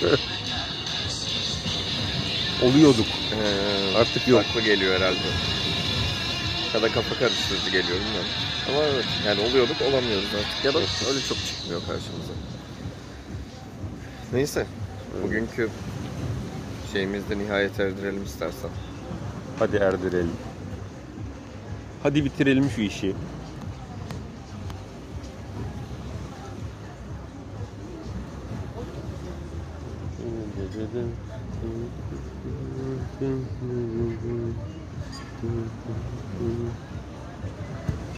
Oluyorduk. Ee, Artık yok. Farklı geliyor herhalde. Ya da kafa karıştırıcı geliyor bilmiyorum. Ama evet, yani oluyorduk, olamıyoruz artık. Ya da öyle çok çıkmıyor karşımıza. Neyse, bugünkü şeyimizde nihayet erdirelim istersen. Hadi erdirelim. Hadi bitirelim şu işi.